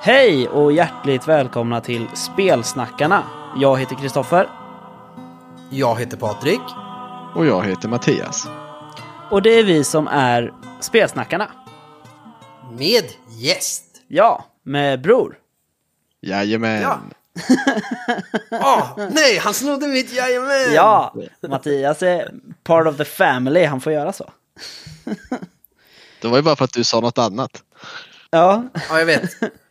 Hej och hjärtligt välkomna till Spelsnackarna. Jag heter Kristoffer. Jag heter Patrik. Och jag heter Mattias. Och det är vi som är Spelsnackarna. Med gäst. Ja, med Bror. Jajamän. Ja. Nej, han snodde mitt jajamän. Ja, Mattias är part of the family. Han får göra så. Det var ju bara för att du sa något annat. Ja, jag vet.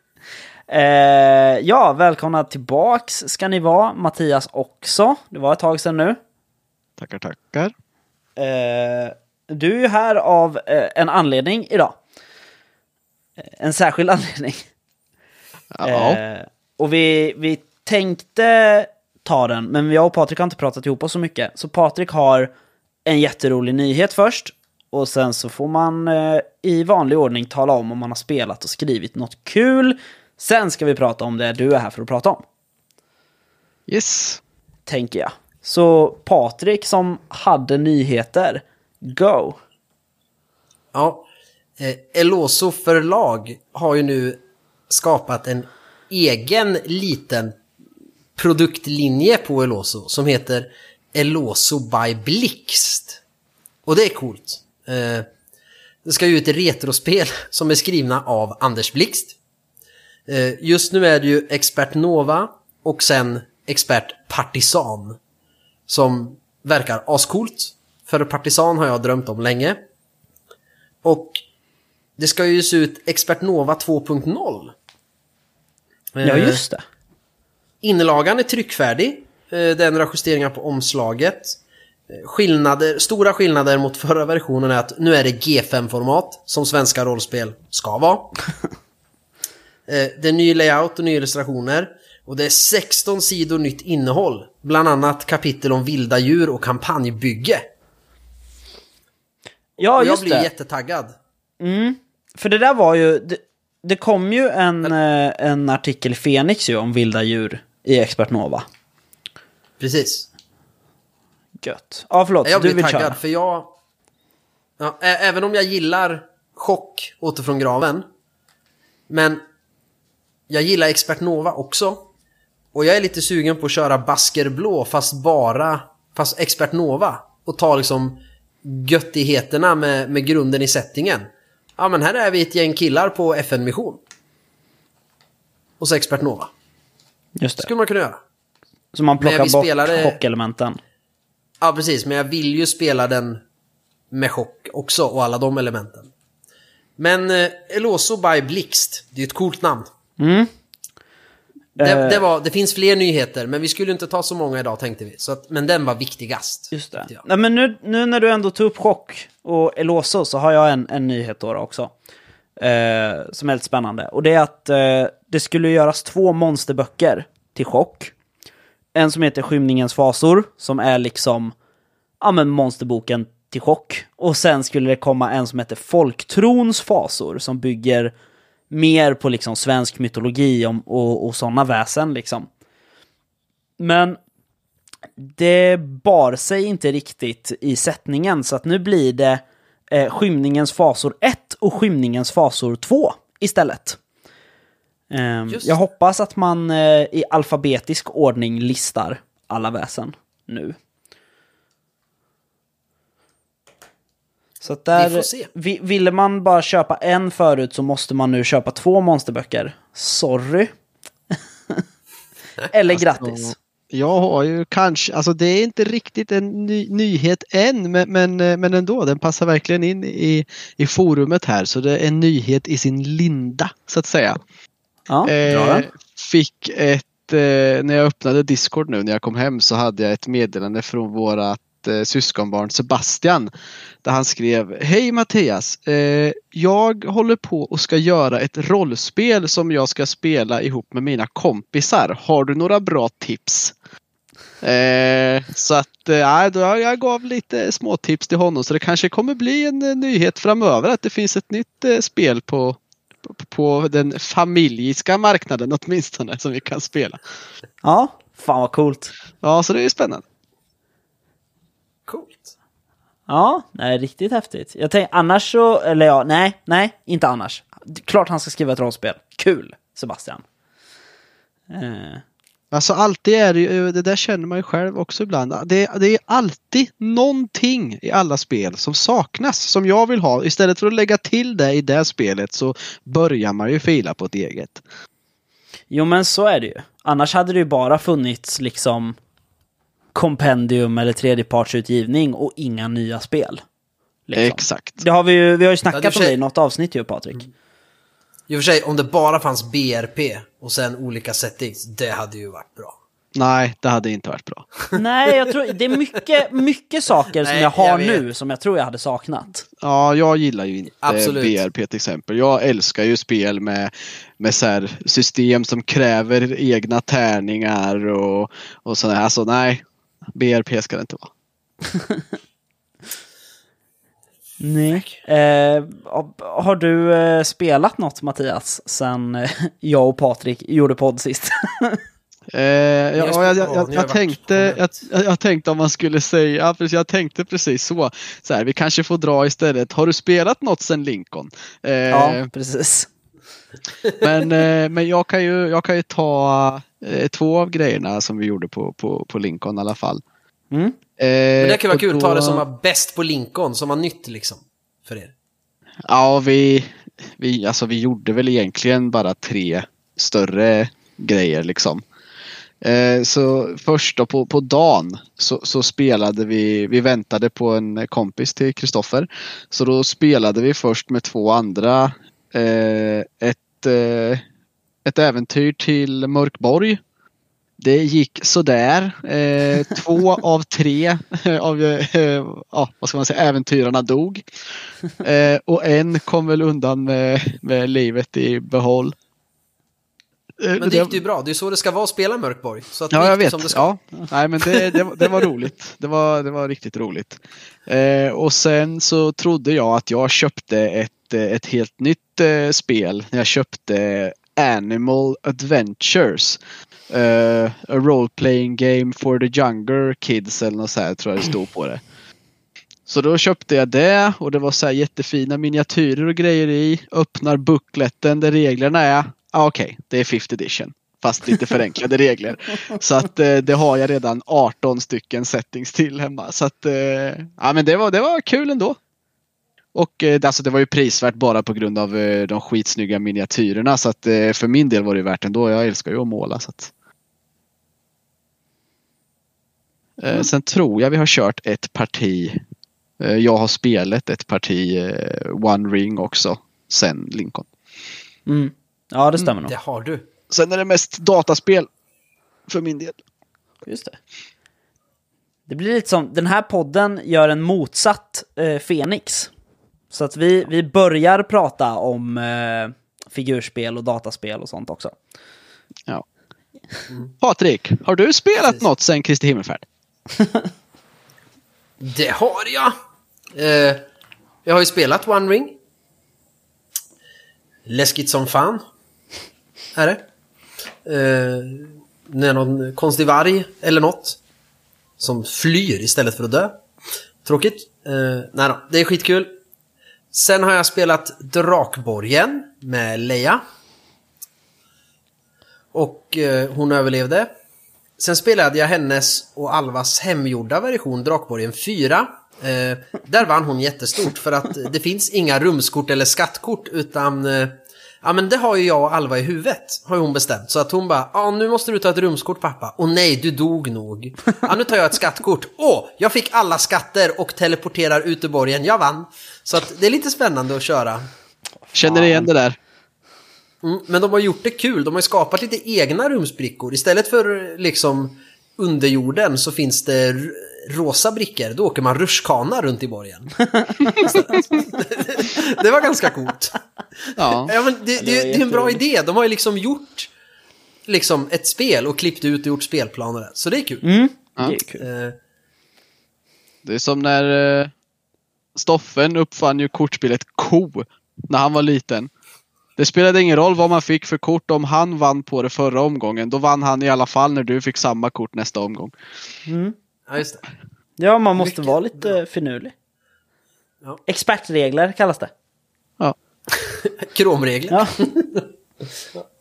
Ja, välkomna tillbaks ska ni vara. Mattias också. Det var ett tag sedan nu. Tackar. Du är ju här av en anledning idag. En särskild anledning. Ja. Och vi tänkte ta den, men jag och Patrik har inte pratat ihop oss så mycket. Så Patrik har en jätterolig nyhet först. Och sen så får man i vanlig ordning tala om man har spelat och skrivit något kul. Sen ska vi prata om det du är här för att prata om. Yes. Tänker jag. Så Patrik som hade nyheter, go! Ja, Eloso förlag har ju nu skapat en egen liten produktlinje på Eloso som heter Eloso by Blixt. Och det är coolt. Det ska ju ut ett retrospel som är skrivna av Anders Blixt. Just nu är det ju Expert Nova och sen Expert Partisan som verkar ascoolt. För Partisan har jag drömt om länge. Och det ska ju se ut Expert Nova 2.0. Ja, just det. Inlagan är tryckfärdig. Det är några justeringar på omslaget. Stora skillnader mot förra versionen är att nu är det G5-format som svenska rollspel ska vara. Det är ny layout och nya illustrationer. Och det är 16 sidor nytt innehåll. Bland annat kapitel om vilda djur och kampanjbygge. Ja, och jag just blir det. jättetaggad. För det där var ju... Det kom ju en artikel i Fenix ju om vilda djur i Expert Nova. Precis. Gött. Ja, förlåt. Jag du blir vill taggad köra. för jag... Ja, även om jag gillar chock återfrån graven. Men jag gillar Expert Nova också. Och jag är lite sugen på att köra Basker Blå fast Expert Nova. Och ta liksom göttigheterna med grunden i settingen. Ja, men här är vi ett gäng killar på FN-mission. Och så Expert Nova. Just det. Skulle man kunna göra. Så man plockar bort spelade... chockelementen. Ja, precis. Men jag vill ju spela den med chock också och alla de elementen. Men Eloso by Blixt, det är ett coolt namn. Det finns fler nyheter, men vi skulle inte ta så många idag tänkte vi. Men den var viktigast. Just det. Nej, men nu när du ändå tog upp chock och Eloso så har jag en nyhet då också. Som är lite spännande. Och det är att det skulle göras 2 monsterböcker till chock. En som heter Skymningens fasor, som är liksom monsterboken till chock. Och sen skulle det komma en som heter Folktrons fasor, som bygger mer på liksom svensk mytologi och sådana väsen liksom. Men det bar sig inte riktigt i sättningen, så att nu blir det Skymningens fasor 1 och Skymningens fasor 2 istället. Jag hoppas att man i alfabetisk ordning listar alla väsen nu. Så att där, vi får se. Ville man bara köpa en förut så måste man nu köpa 2 monsterböcker. Sorry. Eller grattis. Jag har ju kanske, alltså det är inte riktigt en nyhet än, men ändå, den passar verkligen in i forumet här, så det är en nyhet i sin linda, så att säga. Ja, fick när jag öppnade Discord nu när jag kom hem, så hade jag ett meddelande från vårat syskonbarn Sebastian, där han skrev: Hej Mattias, jag håller på och ska göra ett rollspel som jag ska spela ihop med mina kompisar. Har du några bra tips? Så att jag gav lite små tips till honom, så det kanske kommer bli en nyhet framöver att det finns ett nytt spel på den familjiska marknaden åtminstone som vi kan spela. Ja, fan vad coolt. Ja, så det är spännande. Coolt. Ja, nej, riktigt häftigt. Jag tänkte annars så, eller ja, nej, inte annars. Klart han ska skriva ett rollspel. Kul. Sebastian. Alltså alltid är det ju, det där känner man ju själv också ibland. Det är alltid någonting i alla spel som saknas, som jag vill ha. Istället för att lägga till det i det spelet så börjar man ju fila på ett eget. Jo, men så är det ju. Annars hade det ju bara funnits liksom kompendium eller tredjepartsutgivning och inga nya spel. Liksom. Exakt. Det har vi har ju snackat Ja, om det i något avsnitt ju, Patrik. I och för sig, om det bara fanns BRP och sen olika settings, det hade ju varit bra. Nej, det hade inte varit bra. Nej, jag tror det är mycket saker som Nej, jag har jag vet. nu som jag tror jag hade saknat. Ja, jag gillar ju inte Absolut. BRP till exempel. Jag älskar ju spel med så här system som kräver egna tärningar och sådär. Alltså nej, BRP ska det inte vara. Nej. Har du spelat något, Mattias, sen jag och Patrik gjorde podd sist? Jag tänkte om man skulle säga, jag tänkte precis så här, vi kanske får dra istället. Har du spelat något sen Lincoln? Ja, precis. Men jag kan ju ta 2 av grejerna som vi gjorde på Lincoln i alla fall. Men det kan vara kul, ta det som var var bäst på Lincoln, som var nytt liksom, för er. Ja, vi gjorde väl egentligen bara 3 större grejer liksom. Så först då på dagen så spelade vi väntade på en kompis till Kristoffer. Så då spelade vi först med 2 andra ett äventyr till Mörkborg. Det gick sådär. 2 av 3 av vad ska man säga, äventyrarna dog. Och en kom väl undan med livet i behåll. Men det gick ju bra, det är så det ska vara att spela Mörkborg. Så att Ja, jag vet. som det ska. Ja. Nej, men det var roligt. Det var riktigt roligt. Och sen så trodde jag att jag köpte ett helt nytt spel. Jag köpte Animal Adventures. A role-playing game for the younger kids eller något så här, tror jag det stod på det. Så då köpte jag det och det var så här jättefina miniatyrer och grejer i. Öppnar bookletten där reglerna är. Okej, det är 5th edition. Fast lite förenklade regler. Så att det har jag redan 18 stycken settings till hemma. Så att ja, men det var kul ändå. Och alltså det var ju prisvärt bara på grund av de skitsnygga miniatyrerna. Så att för min del var det värt ändå. Jag älskar ju att måla. Så att. Sen tror jag vi har kört ett parti. Jag har spelat ett parti One Ring också. Sen Lincoln. Ja, det stämmer nog. Det har du. Sen är det mest dataspel för min del. Just det. Det blir lite som, den här podden gör en motsatt Fenix. Så att vi börjar prata om figurspel och dataspel och sånt också. Ja. Patrik, har du spelat något sen Kristi himmelfärd? Det har jag. Jag har ju spelat One Ring. Läskigt som fan. Är det? När någon konstig varg eller något som flyr istället för att dö. Tråkigt. Nej då, det är skitkul. Sen har jag spelat Drakborgen med Leia. Och hon överlevde. Sen spelade jag hennes och Alvas hemgjorda version Drakborgen 4. Där vann hon jättestort för att det finns inga rumskort eller skattkort utan ja men det har ju jag och Alva i huvudet har ju hon bestämt. Så att hon bara, ja nu måste du ta ett rumskort pappa. Och nej, du dog nog. Ja nu tar jag ett skattkort. Jag fick alla skatter och teleporterar ut ur borgen. Jag vann. Så att det är lite spännande att köra. Känner du igen det där? Men de har gjort det kul. De har ju skapat lite egna rumsbrickor. Istället för liksom underjorden så finns det rosa brickor. Då åker man rutschkana runt i borgen. Det var ganska coolt. Ja. Ja, men det är en bra idé. De har ju liksom gjort liksom ett spel och klippt ut och gjort spelplaner. Så det är kul. Det är kul. Det är som när Stoffen uppfann ju kortspelet Ko när han var liten. Det spelade ingen roll vad man fick för kort. Om han vann på det förra omgången, då vann han i alla fall när du fick samma kort nästa omgång. Ja, just det. Ja, man måste Mycket vara lite bra. finurlig. Ja. Expertregler kallas det. Ja. Kromregler. Ja.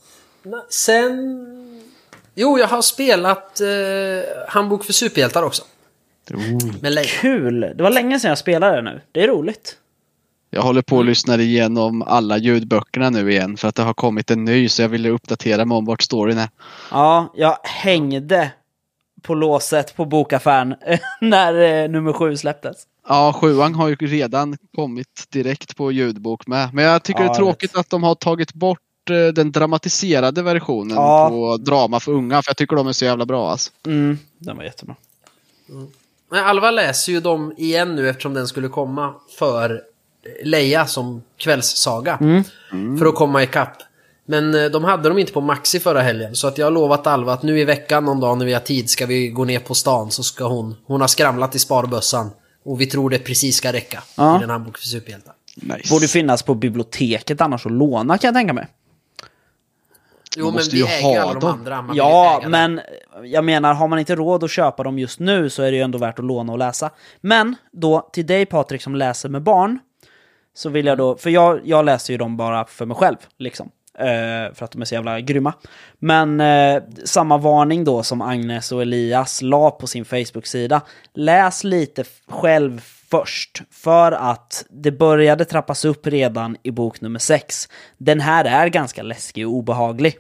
Sen... Jo, jag har spelat Handbok för superhjältar också. Med Leia. Kul! Det var länge sedan jag spelade det nu. Det är roligt. Jag håller på att lyssna igenom alla ljudböckerna nu igen för att det har kommit en ny så jag ville uppdatera mig om vart storyn är. Ja, jag hängde på låset på bokaffären när nummer 7 släpptes. Ja, 7:an har ju redan kommit direkt på ljudbok med. Men jag tycker det är tråkigt att de har tagit bort den dramatiserade versionen på drama för unga. För jag tycker de är så jävla bra alltså. Den var jättebra. Men Alva läser ju dem igen nu eftersom den skulle komma för Leia som kvällssaga. För att komma ikapp. Men de hade dem inte på Maxi förra helgen. Så att jag har lovat Alva att nu i veckan någon dag när vi har tid ska vi gå ner på stan. Så ska hon har skramlat i sparbössan. Och vi tror det precis ska räcka i den Handbok för superhjältar. Nice. Borde finnas på biblioteket annars att låna kan jag tänka mig. Jo, men måste vi ju äger ha alla de dem. andra. Man Ja, vill äga men jag menar, har man inte råd att köpa dem just nu så är det ju ändå värt att låna och läsa. Men då, till dig Patrik som läser med barn, så vill jag då, för jag läser ju dem bara för mig själv, liksom. För att de är så jävla grymma. Men samma varning då som Agnes och Elias la på sin Facebook-sida. Läs lite själv först. För att det började trappas upp redan i bok nummer 6. Den här är ganska läskig och obehaglig.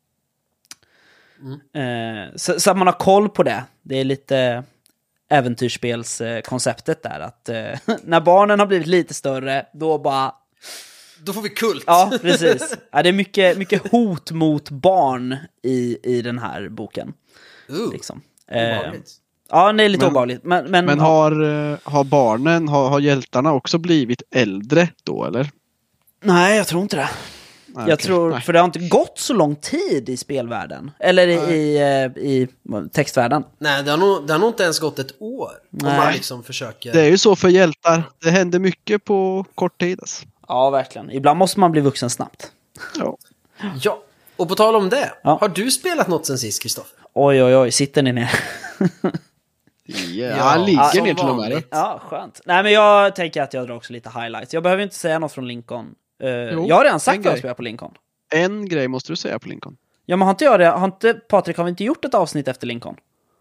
Så att man har koll på det. Det är lite äventyrsspelskonceptet där. Att när barnen har blivit lite större, då bara... Då får vi kult. Ja, precis. Ja, det är mycket hot mot barn i den här boken. Liksom. Ja, det är lite obehagligt. Men har barnen, har hjältarna också blivit äldre då, eller? Nej, jag tror inte det. Jag tror, för det har inte gått så lång tid i spelvärlden. Eller i textvärlden. Nej, det har nog inte ens gått ett år. Om man liksom försöker... Det är ju så för hjältar. Det händer mycket på kort tid alltså. Ja, verkligen. Ibland måste man bli vuxen snabbt. Ja, och på tal om det. Ja. Har du spelat något sen sist, Kristoffer? Oj, sitter ni ner? Han ligger ner till och med. Ja, skönt. Nej, men jag tänker att jag drar också lite highlights. Jag behöver inte säga något från Lincoln. Jag har redan sagt att jag spelar på Lincoln. En grej måste du säga på Lincoln. Ja, men har inte jag det? Patrik, har vi inte gjort ett avsnitt efter Lincoln?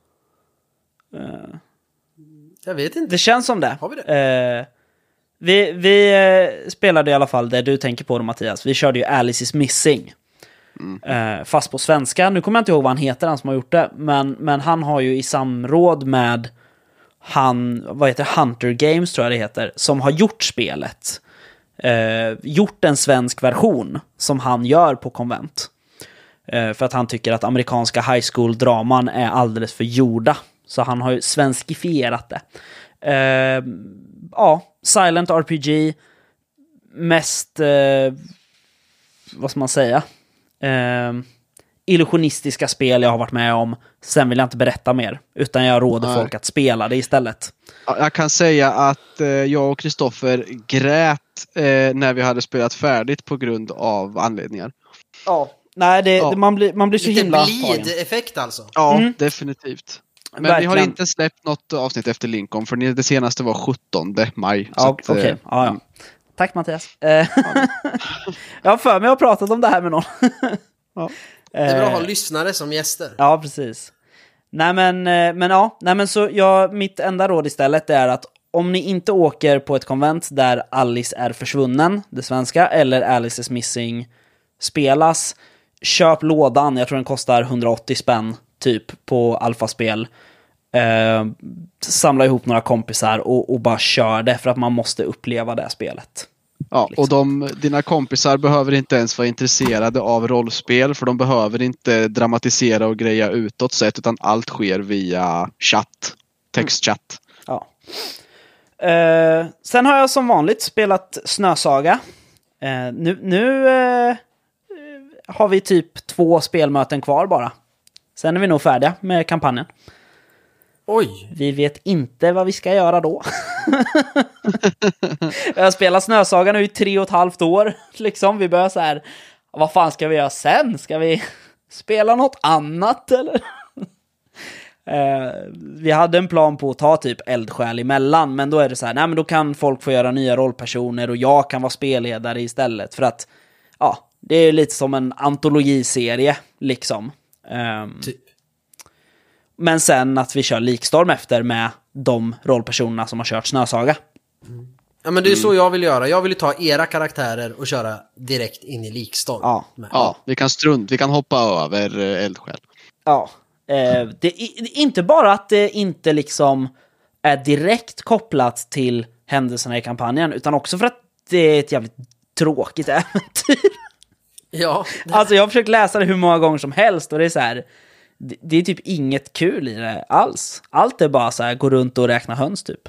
Jag vet inte. Det känns som det. Har vi det? Vi spelade i alla fall det du tänker på då, Mattias. Vi körde ju Alice is Missing. Fast på svenska. Nu kommer jag inte ihåg vad han heter, han som har gjort det. Men han har ju i samråd med Hunter Games tror jag det heter, som har gjort spelet. Gjort en svensk version som han gör på konvent. För att han tycker att amerikanska high school-draman är alldeles för gjorda. Så han har ju svenskifierat det. Silent RPG. Mest, vad ska man säga? Illusionistiska spel jag har varit med om. Sen vill jag inte berätta mer. Utan jag råder folk att spela det istället. Jag kan säga att jag och Kristoffer grät när vi hade spelat färdigt på grund av anledningar. Ja, nej, man blir så himla tagen. Bleed-effekt alltså. Ja, definitivt. Men verkligen. vi har inte släppt något avsnitt efter Lincoln, för det senaste var 17 maj. Ja, okej. Ja. Tack Mattias. Jag har för mig att ha pratat om det här med någon. Det är bra att ha lyssnare som gäster. Ja, precis. Nej men så mitt enda råd istället är att om ni inte åker på ett konvent där Alice är försvunnen, det svenska, eller Alice is Missing spelas, köp lådan. Jag tror den kostar 180 spänn typ på alfaspel. Samla ihop några kompisar och bara kör det, för att man måste uppleva det spelet. Ja, liksom. Och dina kompisar behöver inte ens vara intresserade av rollspel, för de behöver inte dramatisera och greja utåt sett, utan allt sker via chatt, textchatt. Ja. Sen har jag som vanligt spelat Snösaga. Nu har vi typ 2 spelmöten kvar bara. Sen är vi nog färdiga med kampanjen. Oj! Vi vet inte vad vi ska göra då. Jag har spelat Snösaga nu i 3,5 år. Liksom. Vi börjar så här, vad fan ska vi göra sen? Ska vi spela något annat eller? Vi hade en plan på att ta typ eldsjäl emellan, men då är det så här, nej men då kan folk få göra nya rollpersoner och jag kan vara spelledare istället, för att Det är lite som en antologiserie, liksom. Typ. Men sen att vi kör Likstorm efter med de rollpersonerna som har kört Snösaga. Ja, men det är så jag vill göra. Jag vill ju ta era karaktärer och köra direkt in i Likstorm. Ja. Ja, vi kan hoppa över eldsjäl. Ja. Det är inte bara att det inte liksom är direkt kopplat till händelserna i kampanjen, utan också för att det är ett jävligt tråkigt äventyr. Ja. Alltså jag har försökt läsa det hur många gånger som helst och det är så här, det är typ inget kul i det alls. Allt är bara så här, gå runt och räkna höns typ.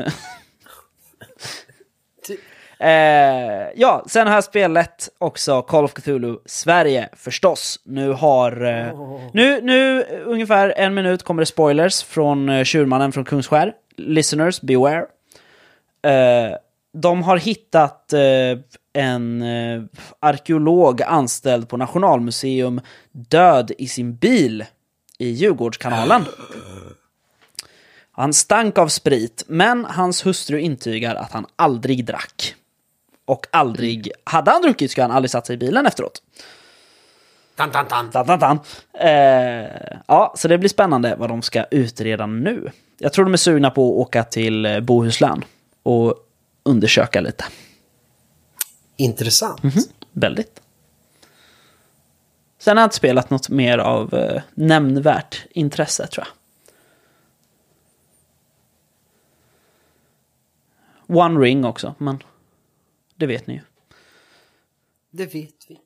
Ja, sen har jag spelat också Call of Cthulhu Sverige förstås. Nu nu ungefär 1 minut kommer det spoilers från Tjurmannen från Kungsskär. Listeners, beware. De har hittat en arkeolog anställd på Nationalmuseum död i sin bil i Djurgårdskanalen. Han stank av sprit, men hans hustru intygar att han aldrig drack. Och hade han druckit skulle han aldrig satt sig i bilen efteråt. Tan. Ja, så det blir spännande vad de ska utreda nu. Jag tror de är sugna på att åka till Bohuslän och undersöka lite. Intressant. Väldigt. Sen har jag inte spelat något mer av nämnvärt intresse, tror jag. One Ring också, men det vet ni ju. Det vet vi.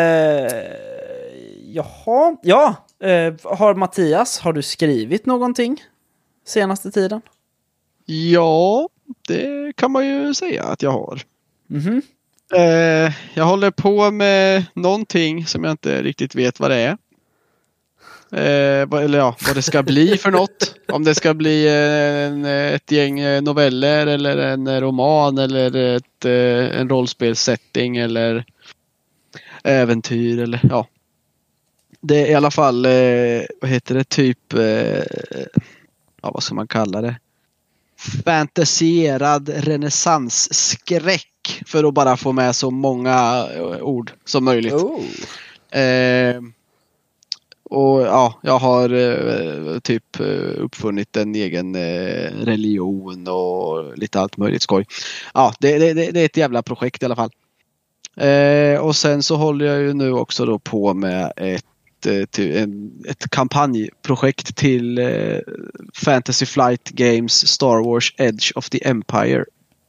Jaha, ja. Har du skrivit någonting senaste tiden? Ja, det kan man ju säga att jag har. Jag håller på med någonting som jag inte riktigt vet vad det är. Vad det ska bli för något. Om det ska bli ett gäng noveller eller en roman eller en rollspelsetting eller äventyr eller ja. Det är i alla fall vad heter det, typ vad ska man kalla det? Fantasierad renässansskräck, för att bara få med så många ord som möjligt. Och ja, jag har typ uppfunnit en egen religion och lite allt möjligt skoj. Ja, det är ett jävla projekt i alla fall. Och sen så håller jag ju nu också då på med ett kampanjprojekt till Fantasy Flight Games Star Wars Edge of the Empire.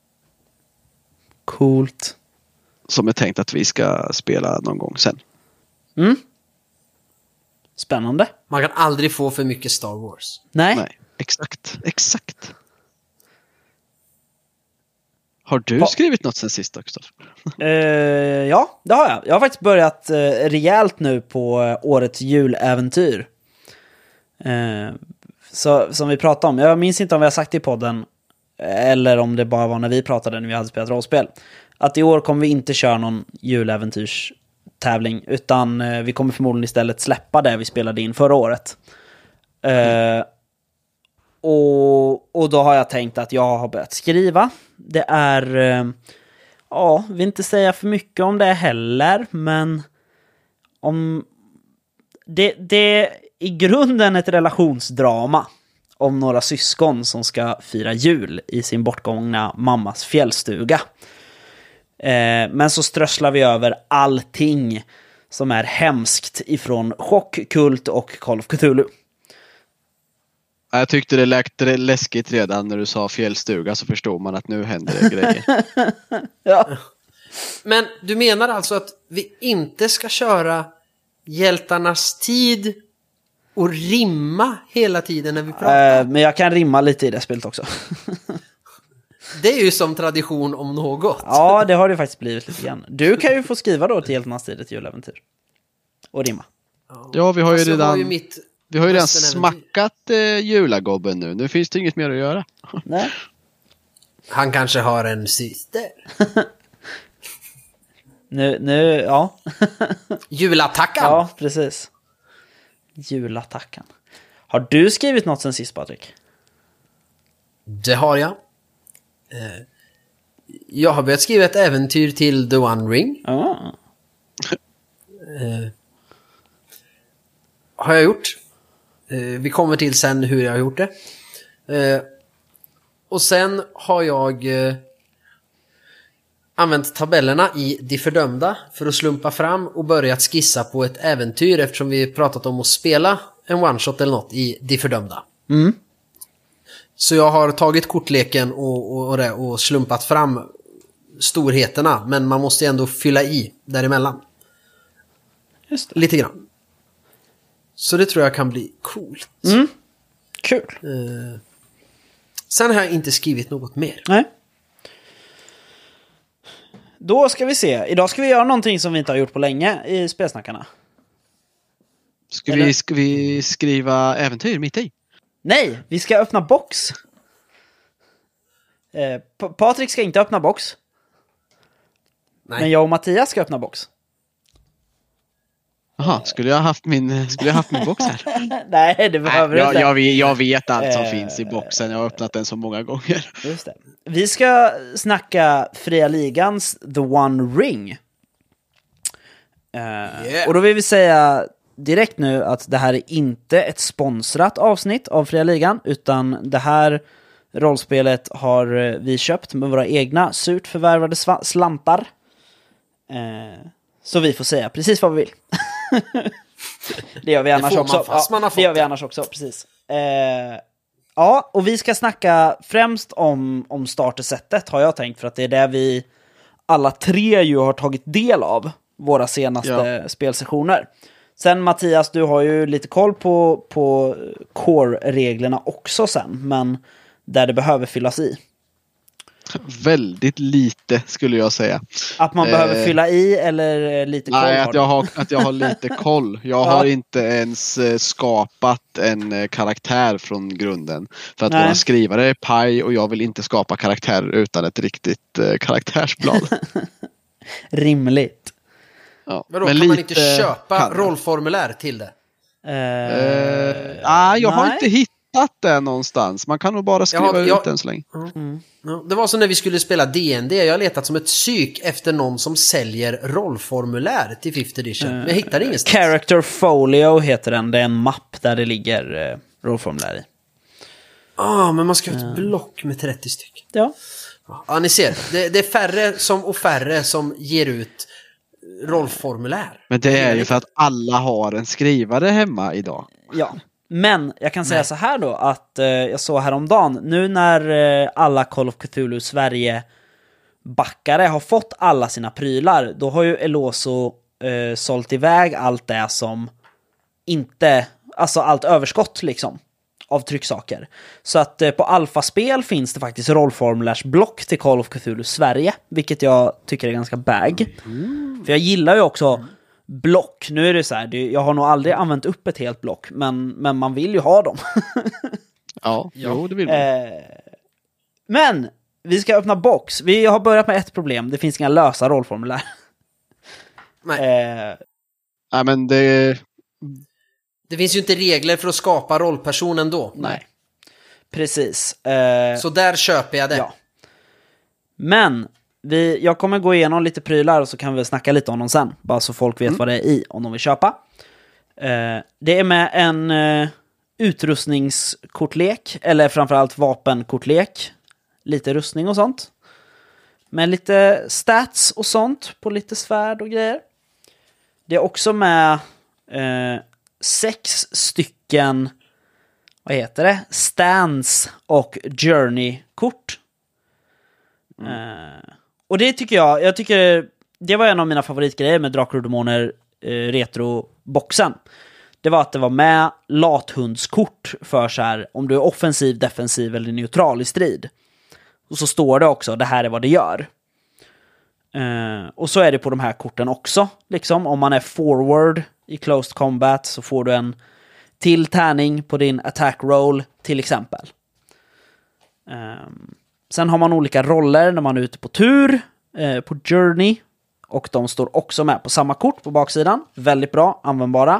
Coolt. Som jag tänkt att vi ska spela någon gång sen. Spännande. Man kan aldrig få för mycket Star Wars. Nej. Exakt. Har du skrivit något sen sist också? Ja, det har jag. Jag har faktiskt börjat rejält nu på årets juläventyr. Så, som vi pratade om. Jag minns inte om vi har sagt det i podden eller om det bara var när vi pratade när vi hade spelat rollspel. Att i år kommer vi inte köra någon juläventyrstävling, utan vi kommer förmodligen istället släppa det vi spelade in förra året. Och då har jag tänkt att jag har börjat skriva. Det är vill inte säga för mycket om det heller, men om det är i grunden ett relationsdrama om några syskon som ska fira jul i sin bortgångna mammas fjällstuga. Men så strösslar vi över allting som är hemskt ifrån chock, kult och Call of Cthulhu. Jag tyckte det lät läskigt redan när du sa fjällstuga, så förstår man att nu händer det grejer. Ja. Men du menar alltså att vi inte ska köra hjältarnas tid och rimma hela tiden när vi pratar? Men jag kan rimma lite i det spelet också. Det är ju som tradition om något. Ja, det har det faktiskt blivit lite grann. Du kan ju få skriva då till hjältarnas tid ett juläventyr. Och rimma. Ja, vi har ju redan... Vi har ju redan Västern smackat julagobben nu. Nu finns det inget mer att göra. Nej. Han kanske har en syster. Nu, ja. Julattackan. Ja, precis. Julattackan. Har du skrivit något sen sist, Patrik? Det har jag. Jag har börjat skriva ett äventyr till The One Ring. har jag gjort. Vi kommer till sen hur jag har gjort det. Och sen har jag använt tabellerna i De fördömda för att slumpa fram och börjat skissa på ett äventyr eftersom vi pratat om att spela en one-shot eller något i De fördömda. Så jag har tagit kortleken och slumpat fram storheterna, men man måste ändå fylla i däremellan. Just det. Lite grann. Så det tror jag kan bli coolt. Kul. Sen har jag inte skrivit något mer. Nej. Då ska vi se. Idag ska vi göra någonting som vi inte har gjort på länge i Spelsnackarna. Ska vi skriva äventyr mitt i? Nej, vi ska öppna box. Patrik ska inte öppna box. Nej. Men jag och Mattias ska öppna box. Jaha, skulle jag haft min box här? Nej, det behöver du inte. Jag vet allt som finns i boxen. Jag har öppnat den så många gånger. Just det. Vi ska snacka Fria Ligans The One Ring. Och då vill vi säga direkt nu att det här är inte ett sponsrat avsnitt av Fria Ligan, utan det här rollspelet har vi köpt med våra egna surt förvärvade slantar. Så vi får säga precis vad vi vill. Det gör vi annars också. Det gör vi annars också, precis. Ja, och vi ska snacka främst om startersättet, har jag tänkt, för att det är det vi alla tre ju har tagit del av våra senaste spelsessioner. Sen Mattias, du har ju lite koll på core-reglerna också sen, men där det behöver fyllas i. Väldigt lite skulle jag säga. Att man behöver fylla i eller lite koll? Nej, att jag har lite koll. Jag har inte ens skapat en karaktär från grunden. För att våra skrivare är paj och jag vill inte skapa karaktärer utan ett riktigt karaktärsblad. Rimligt. Ja, men då kan man inte köpa rollformulär till det? Jag har inte hittat det någonstans. Man kan nog bara skriva ut den så länge. Det var som när vi skulle spela D&D. Jag har letat som ett psyk efter någon som säljer rollformulär till 5th edition. Men jag hittade ingenstans. Character Folio heter den. Det är en mapp där det ligger rollformulär i. Men man ska ha ett block med 30 stycken. Ja, ni ser. Det är färre som ger ut rollformulär. Men det är ju för att alla har en skrivare hemma idag. Ja. Men jag kan säga så här då, att jag såg häromdagen, nu när alla Call of Cthulhu Sverige-backare har fått alla sina prylar, då har ju Eloso sålt iväg allt det som inte, alltså allt överskott liksom, av trycksaker. Så att på alfaspel finns det faktiskt rollformulärsblock till Call of Cthulhu Sverige, vilket jag tycker är ganska bag. För jag gillar ju också block. Nu är det så här, jag har nog aldrig använt upp ett helt block, men man vill ju ha dem. Jo, det vill man. Men vi ska öppna box. Vi har börjat med ett problem. Det finns inga lösa rollformulär. Nej. Nej, men det finns ju inte regler för att skapa rollpersonen då. Nej. Precis. Så där köper jag det. Ja. Men jag kommer gå igenom lite prylar och så kan vi snacka lite om dem sen. Bara så folk vet vad det är i om de vill köpa. Det är med en utrustningskortlek. Eller framförallt vapenkortlek. Lite rustning och sånt. Med lite stats och sånt på lite svärd och grejer. Det är också med 6 stycken, vad heter det? Stands och journey-kort. Och det tycker jag tycker det var en av mina favoritgrejer med Drakar och Demoner retro-boxen. Det var att det var med lathundskort för så här, om du är offensiv, defensiv eller neutral i strid. Och så står det också, det här är vad det gör. Och så är det på de här korten också. Liksom, om man är forward i closed combat så får du en till tärning på din attack roll till exempel. Sen har man olika roller när man är ute på tur, på journey. Och de står också med på samma kort på baksidan. Väldigt bra, användbara.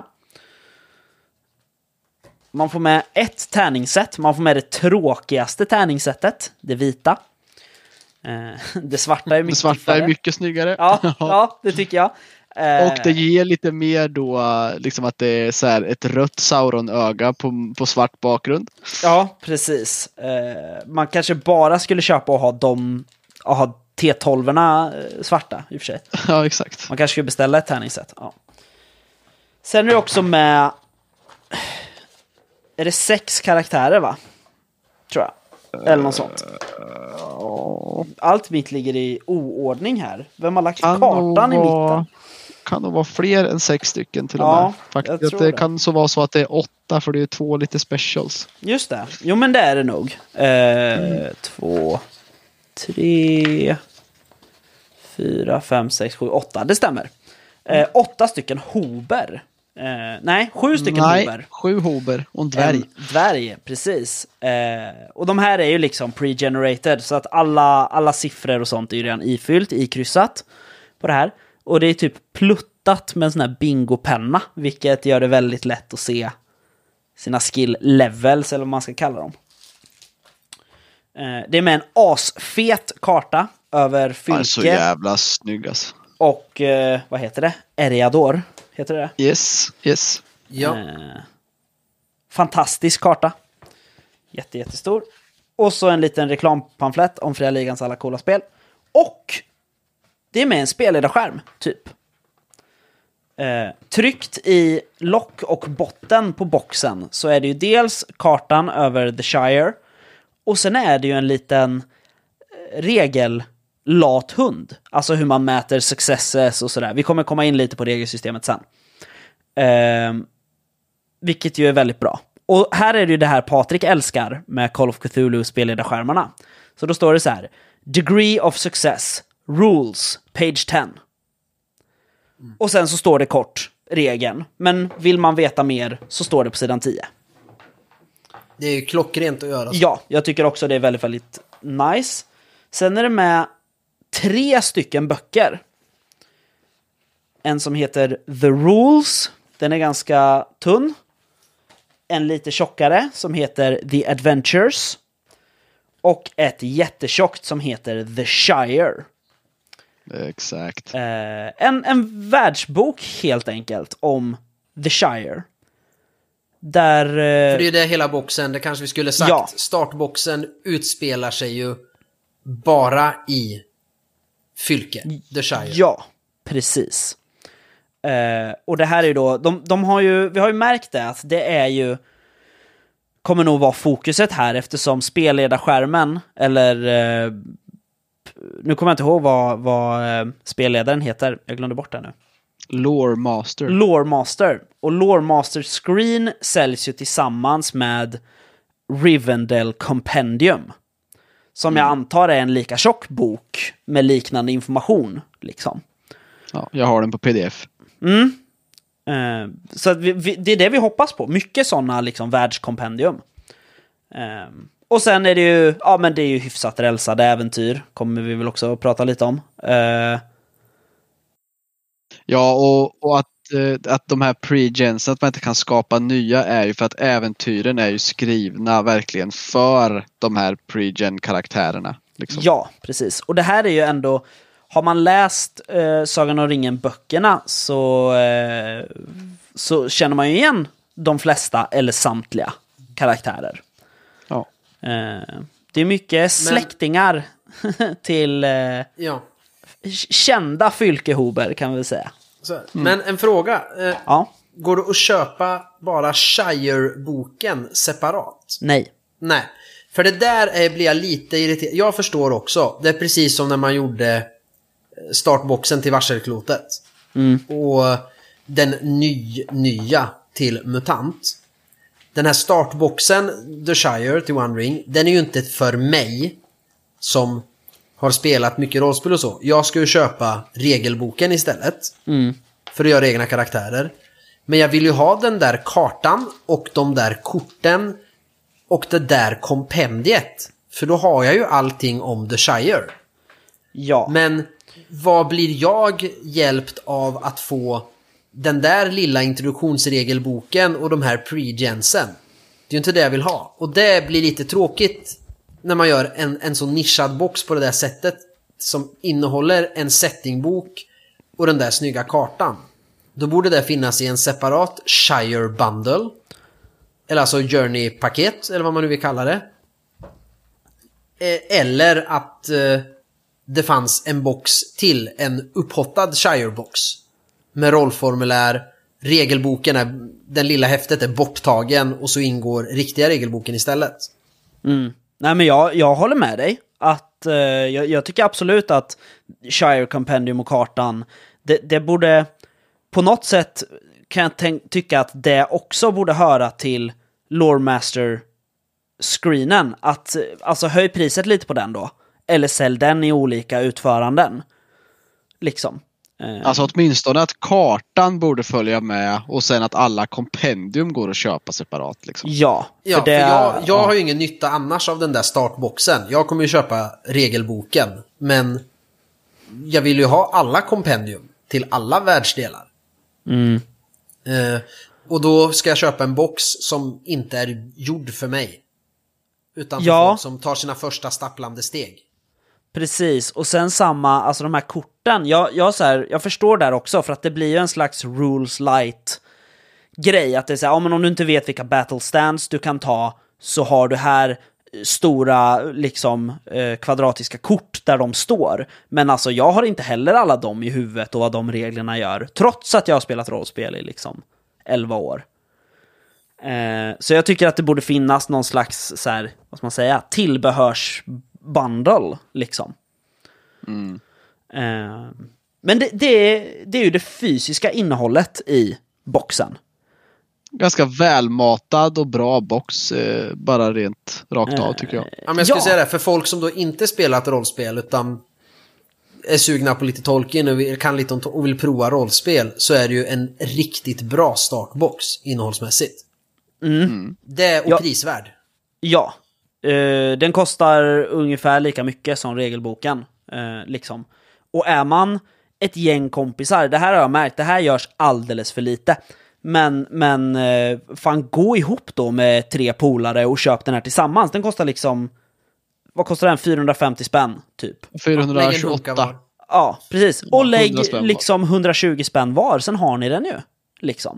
Man får med ett tärningssätt. Man får med det tråkigaste tärningssättet, det vita. Det svarta är mycket, är mycket snyggare. Ja, det tycker jag. Och det ger lite mer då, liksom att det är så här ett rött Sauron-öga på svart bakgrund. Ja, precis. Man kanske bara skulle köpa och ha T12-erna svarta i och för sig. Ja, exakt. Man kanske skulle beställa ett tärningssätt. Ja. Sen är det också med... Är det 6 karaktärer, va? Tror jag. Eller något sånt. Allt mitt ligger i oordning här. Vem har lagt kartan i mitten? Kan nog vara fler än 6 stycken till och Ja, med. Faktiskt. jag tror Det det. kan så vara så att det är 8, för det är 2 lite specials. Just det. Jo, men det är det nog. 2, 3, 4, 5, 6, 7, 8. Det stämmer. 8 stycken hober. Nej, 7 stycken hober. 7 hober och en dvärg. En dvärg, precis. Och de här är ju liksom pre-generated, så att alla siffror och sånt är ju redan ikryssat på det här. Och det är typ pluttat med en sån här bingopenna, vilket gör det väldigt lätt att se sina skill levels, eller vad man ska kalla dem. Det är med en asfet karta över fylke. Ja, så jävla snygg alltså. Och vad heter det? Eriador, heter det? Yes. Ja. Fantastisk karta. Jättestor. Och så en liten reklampamflett om Fria Ligans alla coola spel. Och det är med en spelledarskärm, typ. Tryckt i lock och botten på boxen så är det ju dels kartan över The Shire. Och sen är det ju en liten regellat hund. Alltså hur man mäter successes och sådär. Vi kommer komma in lite på regelsystemet sen. Vilket ju är väldigt bra. Och här är det ju det här Patrik älskar med Call of Cthulhu spelledarskärmarna. Så då står det så här: Degree of success, rules, page 10. Och sen så står det kort regeln. Men vill man veta mer så står det på sidan 10. Det är ju klockrent att göra så. Ja, jag tycker också det är väldigt, väldigt nice. Sen är det med 3 stycken böcker. En som heter The Rules. Den är ganska tunn. En lite tjockare som heter The Adventures. Och ett jättetjockt som heter The Shire. Exakt. En världsbok helt enkelt om The Shire. Där... För det är ju det hela boxen, det kanske vi skulle sagt. Ja. Startboxen utspelar sig ju bara i fylke, The Shire. Ja, precis. Och det här är ju då... vi har ju märkt det, att det är ju... kommer nog vara fokuset här, eftersom spelledarskärmen, eller... nu kommer jag inte ihåg vad spelledaren heter. Jag glömde bort det nu. Lore Master. Lore Master. Och Lore Master Screen säljs ju tillsammans med Rivendell Compendium. Som jag antar är en lika tjock bok med liknande information. Liksom. Ja, jag har den på pdf. Så att det är det vi hoppas på. Mycket sådana liksom världskompendium. Och sen är det ju, ja men det är ju hyfsat rälsade äventyr. Kommer vi väl också prata lite om. Ja, och att de här pre-gens, att man inte kan skapa nya, är ju för att äventyren är ju skrivna verkligen för de här pre-gen-karaktärerna. Liksom. Ja, precis. Och det här är ju ändå, har man läst Sagan om ringen-böckerna så känner man ju igen de flesta eller samtliga karaktärer. Ja. Det är mycket släktingar till kända fylkehober, kan vi säga. Men en fråga. Ja. Går det att köpa bara Shire-boken separat? Nej. Nej. För det där blir jag lite irriterad. Jag förstår också. Det är precis som när man gjorde startboxen till Varselklotet. Och den nya till MUTANT. Den här startboxen, The Shire till One Ring, den är ju inte för mig som har spelat mycket rollspel och så. Jag ska ju köpa regelboken istället. För att göra egna karaktärer. Men jag vill ju ha den där kartan och de där korten och det där kompendiet. För då har jag ju allting om The Shire. Ja. Men vad blir jag hjälpt av att få den där lilla introduktionsregelboken och de här pre-gensen? Det är ju inte det jag vill ha. Och det blir lite tråkigt när man gör en så nischad box på det där sättet, som innehåller en settingbok och den där snygga kartan, då borde det finnas i en separat Shire Bundle. Eller alltså Journey-paket, eller vad man nu vill kalla det. Eller att det fanns en box till, en upphottad Shire-box. Med rollformulär, regelboken den lilla häftet är borttagen och så ingår riktiga regelboken istället. Nej, men jag håller med dig. Att jag tycker absolut att Shire Compendium och kartan, det borde på något sätt, kan jag tycka att det också borde höra till Lore Master screenen. Att alltså höj priset lite på den då, eller sälj den i olika utföranden liksom. Alltså åtminstone att kartan borde följa med och sen att alla kompendium går att köpa separat liksom. Ja, för jag har ju ingen nytta annars av den där startboxen. Jag kommer ju köpa regelboken, men jag vill ju ha alla kompendium till alla världsdelar. Och då ska jag köpa en box som inte är gjord för mig, utan för folk som tar sina första stapplande steg. Precis, och sen samma, alltså de här korten, jag förstår där också, för att det blir ju en slags rules light grej, att det är så här, men om du inte vet vilka battle stands du kan ta, så har du här stora liksom kvadratiska kort där de står. Men alltså jag har inte heller alla dem i huvudet och vad de reglerna gör, trots att jag har spelat rollspel i liksom 11 år. Så jag tycker att det borde finnas någon slags så här, vad ska man säga, tillbehörsbundle liksom. Men det är ju det fysiska innehållet i boxen. Ganska välmatad och bra box, bara rent rakt av tycker jag. Ja, men jag skulle säga det, för folk som då inte spelat rollspel utan är sugna på lite Tolkien och kan lite och vill prova rollspel, så är det ju en riktigt bra startbox innehållsmässigt. Det och prisvärd. Ja. Den kostar ungefär lika mycket som regelboken liksom. Och är man ett gäng kompisar, det här har jag märkt, det här görs alldeles för lite. Men fan, gå ihop då med 3 polare och köp den här tillsammans. Den kostar liksom, vad kostar den? 450 spänn typ. 428. Ja, precis. Och lägg liksom 120 spänn var, sen har ni den ju liksom.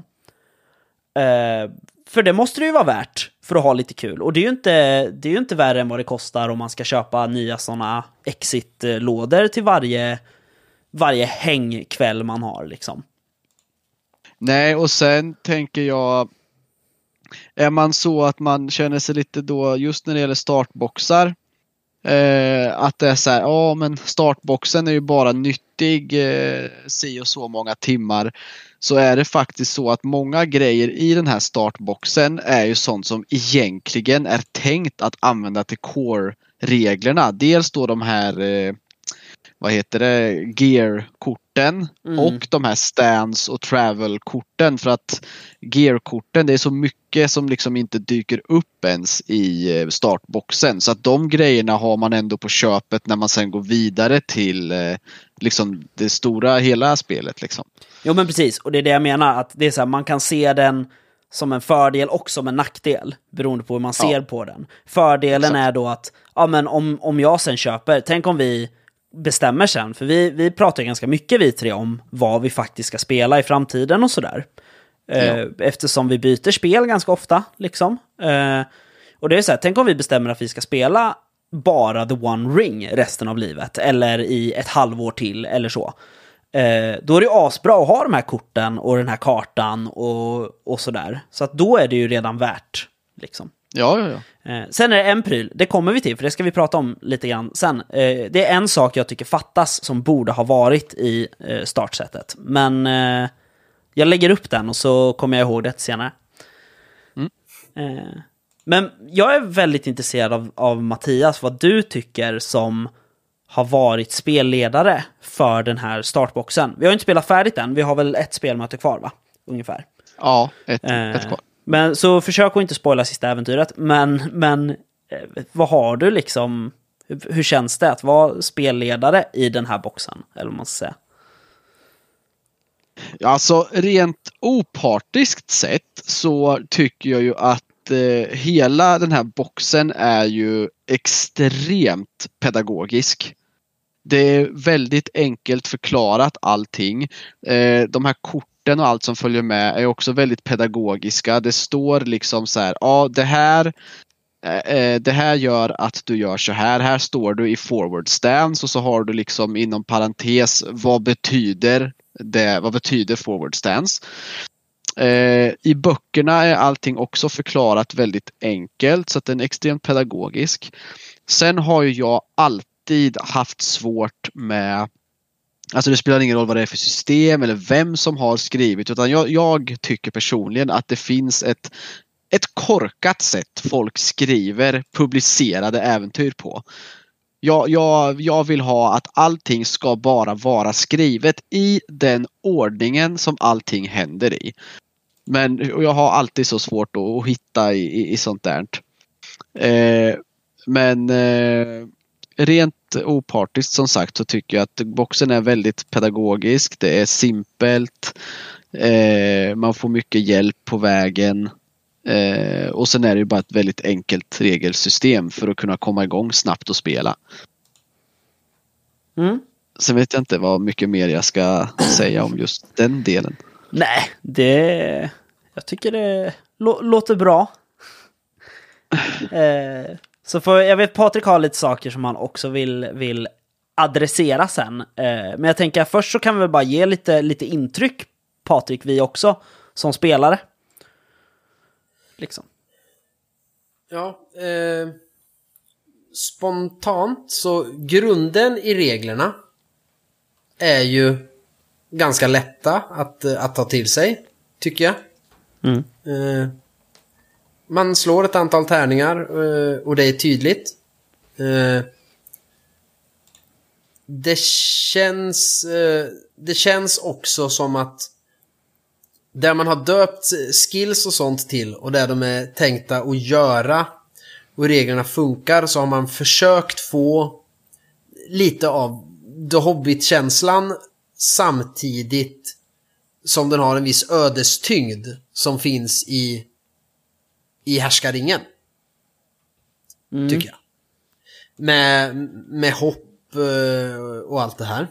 För det måste det ju vara värt för att ha lite kul. Och det är ju inte värre än vad det kostar om man ska köpa nya såna exit-lådor till varje hängkväll man har liksom. Nej, och sen tänker jag, är man så att man känner sig lite då, just när det gäller startboxar, att det är så här, men startboxen är ju bara nyttig si och så många timmar, så är det faktiskt så att många grejer i den här startboxen är ju sånt som egentligen är tänkt att använda till core-reglerna. Dels då de här gear-korten och de här stands och travel-korten, för att gear-korten, det är så mycket som liksom inte dyker upp ens i startboxen, så att de grejerna har man ändå på köpet när man sen går vidare till liksom det stora hela spelet liksom. Jo, men precis, och det är det jag menar, att det är så här, man kan se den som en fördel och som en nackdel beroende på hur man ser på den. Fördelen är då att men om jag sen köper, tänk om vi bestämmer sen, för vi pratar ganska mycket vi tre om vad vi faktiskt ska spela i framtiden och sådär. Eftersom vi byter spel ganska ofta liksom. Och det är så här, tänk om vi bestämmer att vi ska spela bara The One Ring resten av livet, eller i ett halvår till eller så. Då är det asbra att ha de här korten och den här kartan och sådär. Så att då är det ju redan värt liksom. Ja. Sen är det en pryl, det kommer vi till, för det ska vi prata om lite grann sen. Det är en sak jag tycker fattas som borde ha varit i startsättet. Men jag lägger upp den och så kommer jag ihåg det senare. Men jag är väldigt intresserad av Mattias, vad du tycker som har varit spelledare för den här startboxen. Vi har inte spelat färdigt än, vi har väl ett spelmöte kvar va? Ungefär. Ja, ett kvar. Men så försök att inte spoila sista äventyret. Men vad har du liksom, hur känns det att vara spelledare i den här boxen? Eller vad man ska säga. Alltså rent opartiskt sett så tycker jag ju att hela den här boxen är ju extremt pedagogisk. Det är väldigt enkelt förklarat allting. De här korten och allt som följer med är också väldigt pedagogiska. Det står liksom så här, ja det här gör att du gör så här. Här står du i forward stance och så har du liksom inom parentes vad betyder forward stance. I böckerna är allting också förklarat väldigt enkelt så att den är extremt pedagogisk. Sen har ju jag alltid haft svårt med, alltså det spelar ingen roll vad det är för system eller vem som har skrivit, utan jag tycker personligen att det finns ett korkat sätt folk skriver publicerade äventyr på. Jag vill ha att allting ska bara vara skrivet i den ordningen som allting händer i. Men jag har alltid så svårt att hitta i sånt där. Men rent opartiskt som sagt så tycker jag att boxen är väldigt pedagogisk. Det är simpelt. Man får mycket hjälp på vägen. Och sen är det ju bara ett väldigt enkelt regelsystem för att kunna komma igång snabbt och spela. Sen vet jag inte vad mycket mer jag ska säga om just den delen. Nej, jag tycker det låter bra. Så jag vet Patrik har lite saker som han också vill adressera sen. Men jag tänker att först så kan vi väl bara ge lite intryck, Patrik, vi också som spelare. Liksom. Ja, spontant så grunden i reglerna är ju ganska lätta att ta till sig, tycker jag. Man slår ett antal tärningar och det är tydligt. Det känns också som att där man har döpt skills och sånt till och där de är tänkta att göra och reglerna funkar, så har man försökt få lite av The Hobbit-känslan samtidigt som den har en viss ödestyngd som finns i Härskaringen. Tycker jag. Med hopp och allt det här.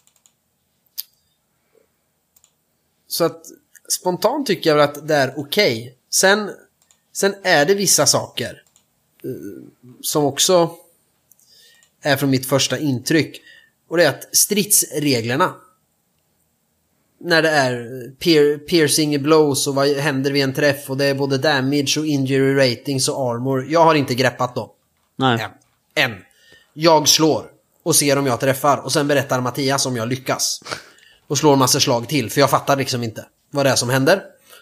Så att spontant tycker jag att det är okej. Sen är det vissa saker som också är från mitt första intryck. Och det är att stridsreglerna, när det är piercing i blows och vad händer vid en träff, och det är både damage och injury ratings och armor. Jag har inte greppat dem. Nej. Än. Jag slår och ser om jag träffar, och sen berättar Mattias om jag lyckas. Och slår en massa slag till, för jag fattar liksom inte vad det är som händer.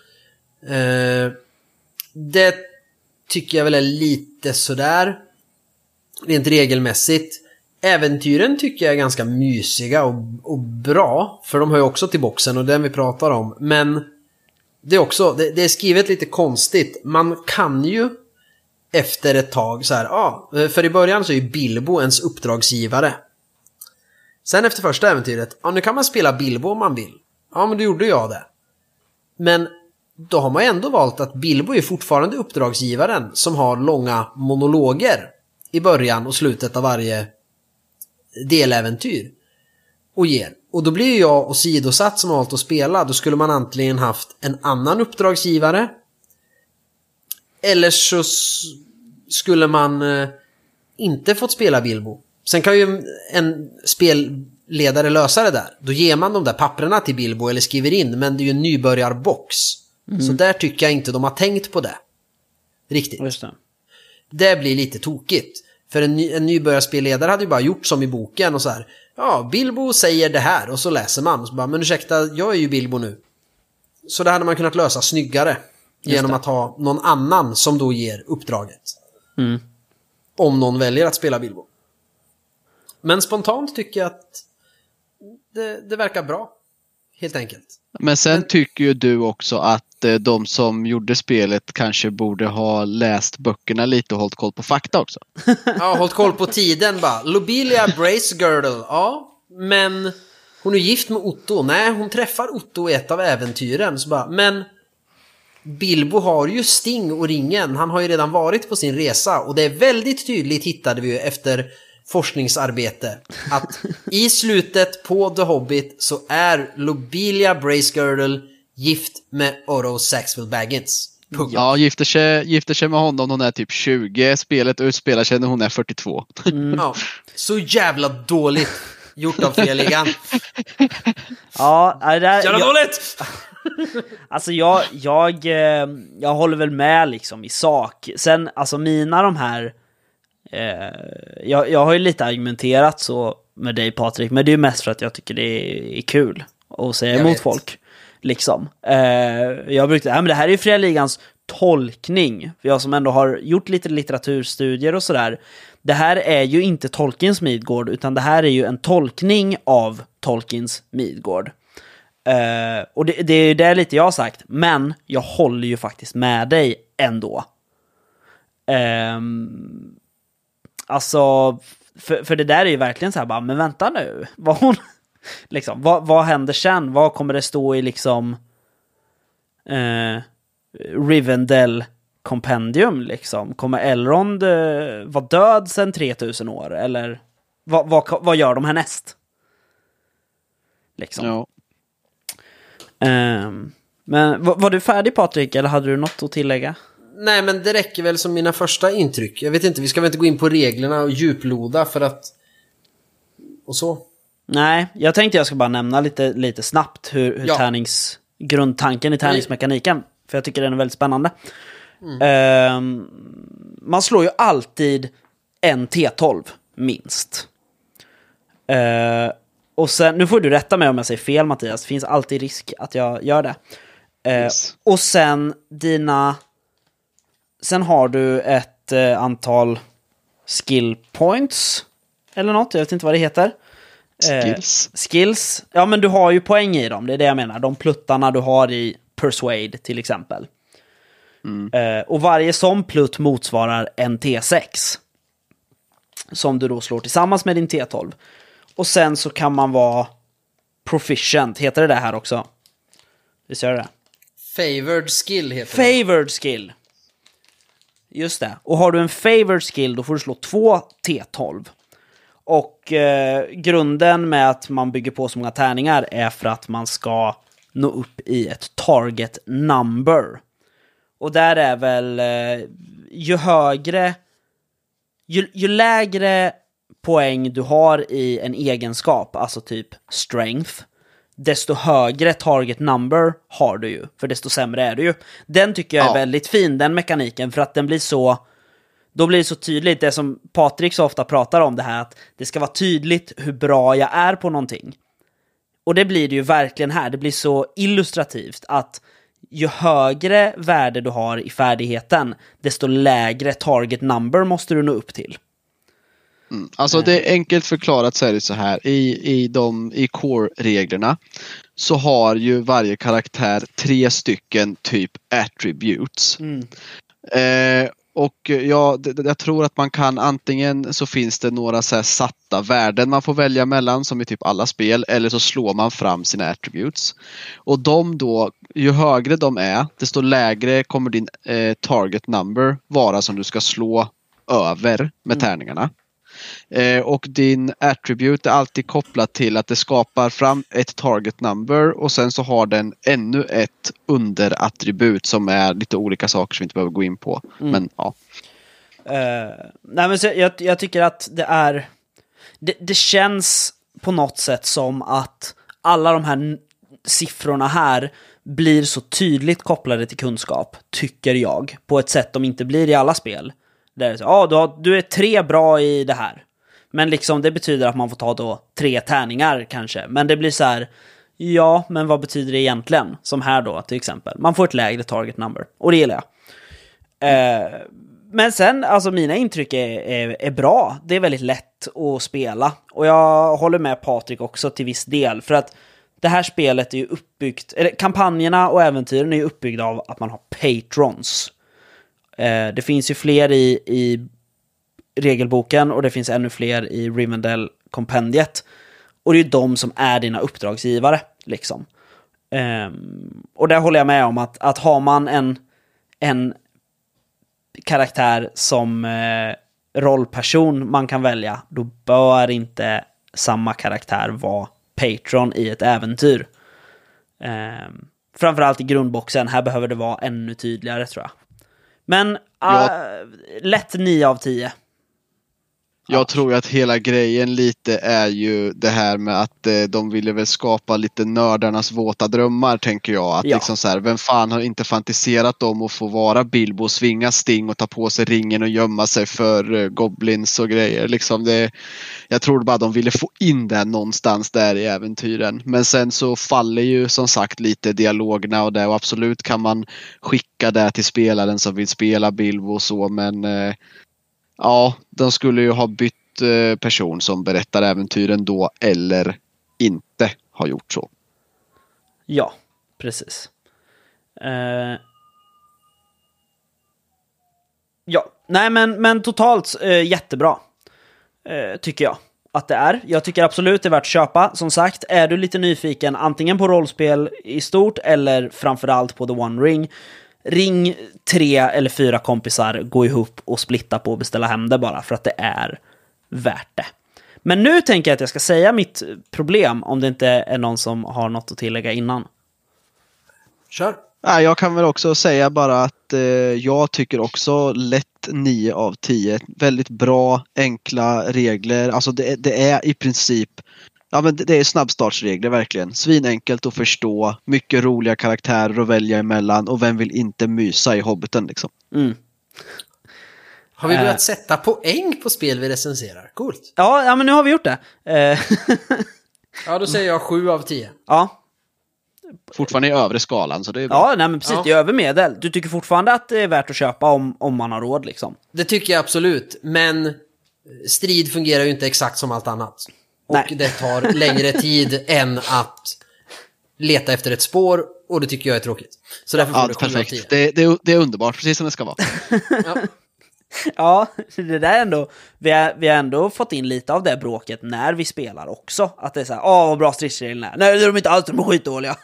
Det tycker jag väl är lite sådär rent regelmässigt. Äventyren tycker jag är ganska mysiga och bra, för de hör ju också till boxen och den vi pratar om. Men det är också, det är skrivet lite konstigt. Man kan ju efter ett tag så här, för i början så är ju Bilbo ens uppdragsgivare. Sen efter första äventyret, nu kan man spela Bilbo om man vill. Ja, men då gjorde jag det. Men då har man ändå valt att Bilbo är fortfarande uppdragsgivaren som har långa monologer i början och slutet av varje deläventyr och ger. Och då blir jag och sidosatt som har valt att spela. Då skulle man antingen haft en annan uppdragsgivare, eller så skulle man inte fått spela Bilbo. Sen kan ju en spelledare lösa det där. Då ger man de där papperna till Bilbo eller skriver in, men det är ju en nybörjarbox. Så där tycker jag inte de har tänkt på det riktigt. Just det. Det blir lite tokigt. För en nybörjarspelledare hade ju bara gjort som i boken och så här, Bilbo säger det här, och så läser man och så bara, men ursäkta, jag är ju Bilbo nu. Så det hade man kunnat lösa snyggare genom att ha någon annan som då ger uppdraget. Om någon väljer att spela Bilbo. Men spontant tycker jag att det verkar bra. Helt enkelt. Men sen tycker ju du också att de som gjorde spelet kanske borde ha läst böckerna lite och hållit koll på fakta också. Ja, hållit koll på tiden bara. Lobelia Bracegirdle, ja. Men hon är gift med Otto. Nej, hon träffar Otto i ett av äventyren. Så bara, men Bilbo har ju Sting och ringen. Han har ju redan varit på sin resa. Och det är väldigt tydligt, hittade vi ju efter forskningsarbete att i slutet på The Hobbit så är Lobelia Bracegirdle gift med Odo Saxville Baggins. Punkt. Ja, gifter sig med honom. Hon är typ 20. Spelet utspelar sig när hon är 42. Ja, så jävla dåligt gjort av Feligan. Ja, det där, Jävla dåligt! alltså jag håller väl med liksom i sak. Sen, alltså mina de här jag har ju lite argumenterat så med dig, Patrik, men det är ju mest för att jag tycker det är kul att säga emot folk. Liksom. Jag brukar, men det här är ju Fria Ligans tolkning. För jag som ändå har gjort lite litteraturstudier och sådär. Det här är ju inte Tolkiens Midgård, utan det här är ju en tolkning av Tolkiens Midgård. Och det är ju det lite jag har sagt. Men jag håller ju faktiskt med dig ändå. Alltså, för det där är ju verkligen så här bara, men vänta nu. Liksom, vad händer sen? Vad kommer det stå i liksom Rivendell kompendium liksom? Kommer Elrond vara död sedan 3000 år? Eller vad gör de härnäst? Liksom. Ja. Men var du färdig, Patrik, eller hade du något att tillägga? Nej, men det räcker väl som mina första intryck. Jag vet inte, vi ska väl inte gå in på reglerna och djuploda för att... Och så. Nej, jag tänkte jag ska bara nämna lite snabbt hur grundtanken i tärningsmekaniken. För jag tycker den är väldigt spännande. Man slår ju alltid en T12, minst. Och sen, nu får du rätta mig om jag säger fel, Mattias. Det finns alltid risk att jag gör det. Yes. Och sen sen har du ett antal skill points eller något, jag vet inte vad det heter. Skills. Ja, men du har ju poäng i dem, det är det jag menar. De pluttarna du har i Persuade till exempel. Och varje sån plutt motsvarar en T6 som du då slår tillsammans med din T12. Och sen så kan man vara proficient, heter det här också? Visst gör det? Favored skill heter det. Favored skill. Just det. Och har du en favored skill, då får du slå 2 T12. Och grunden med att man bygger på så många tärningar är för att man ska nå upp i ett target number. Och där är väl ju lägre poäng du har i en egenskap, alltså typ strength, desto högre target number har du ju, för desto sämre är du ju. Den tycker jag är väldigt fin, den mekaniken, för att den blir så, då blir det så tydligt, det som Patrik så ofta pratar om, det här att det ska vara tydligt hur bra jag är på någonting. Och det blir det ju verkligen här, det blir så illustrativt att ju högre värde du har i färdigheten, desto lägre target number måste du nå upp till. Alltså det är enkelt förklarat, så är det så här. I core-reglerna så har ju varje karaktär 3 stycken typ attributes. Och jag tror att man kan, antingen så finns det några så här satta värden man får välja mellan, som i typ alla spel, eller så slår man fram sina attributes. Och de då, ju högre de är, desto lägre kommer din target number vara som du ska slå över med tärningarna. Och din attribute är alltid kopplat till att det skapar fram ett target number, och sen så har den ännu ett underattribut som är lite olika saker som vi inte behöver gå in på. Men ja. Nej, men så jag tycker att det känns på något sätt som att alla de här siffrorna här blir så tydligt kopplade till kunskap, tycker jag, på ett sätt de inte blir i alla spel. Där det är så, du är 3 bra i det här. Men liksom det betyder att man får ta då 3 tärningar kanske. Men det blir så här, ja, men vad betyder det egentligen? Som här då till exempel. Man får ett lägre target number. Och det gillar jag. Men sen, alltså mina intryck är bra. Det är väldigt lätt att spela. Och jag håller med Patrik också till viss del. För att det här spelet är ju uppbyggt, eller kampanjerna och äventyren är ju uppbyggda av att man har patrons. Det finns ju fler i regelboken, och det finns ännu fler i Rivendell kompendiet. Och det är ju de som är dina uppdragsgivare liksom. Och där håller jag med om att har man en karaktär som rollperson man kan välja, då bör inte samma karaktär vara patron i ett äventyr. Framförallt i grundboxen. Här behöver det vara ännu tydligare, tror jag. Men lätt 9 av 10. Jag tror att hela grejen lite är ju det här med att de ville väl skapa lite nördarnas våta drömmar, tänker jag. Att liksom så här, vem fan har inte fantiserat om att få vara Bilbo och svinga Sting och ta på sig ringen och gömma sig för goblins och grejer. Liksom jag tror bara de ville få in det någonstans där i äventyren. Men sen så faller ju som sagt lite dialogerna och det, och absolut kan man skicka det till spelaren som vill spela Bilbo och så, men ja, de skulle ju ha bytt person som berättar äventyren då, eller inte ha gjort så. Ja, precis. Ja, nej men totalt jättebra. Tycker jag att det är. Jag tycker absolut det är värt att köpa. Som sagt, är du lite nyfiken antingen på rollspel i stort eller framförallt på The One Ring, ring 3 eller 4 kompisar, gå ihop och splitta på och beställa hem det bara, för att det är värt det. Men nu tänker jag att jag ska säga mitt problem, om det inte är någon som har något att tillägga innan. Kör. Jag kan väl också säga bara att jag tycker också lätt 9 av 10. Väldigt bra, enkla regler. Alltså det är i princip, ja, men det är snabbstartsregler verkligen. Svinenkelt att förstå, mycket roliga karaktärer att välja emellan, och vem vill inte mysa i Hobbiten liksom. Har vi börjat sätta poäng på spel vi recenserar? Coolt. Ja, men nu har vi gjort det. Ja, då säger jag 7 av 10. Ja. Fortfarande i övre skalan, så det är bra. Ja, nej men precis, det är över medel. Du tycker fortfarande att det är värt att köpa om man har råd liksom? Det tycker jag absolut, men strid fungerar ju inte exakt som allt annat. Och Nej. det tar längre tid än att leta efter ett spår, och det tycker jag är tråkigt. Så därför får det 7 av 10. Perfekt. Det är underbart, precis som det ska vara. Ja. Ja, det där ändå, vi har ändå fått in lite av det bråket när vi spelar också. Att det är så här, vad bra stridsreglerna är. Nej, det är de inte alls, de är skitdåliga.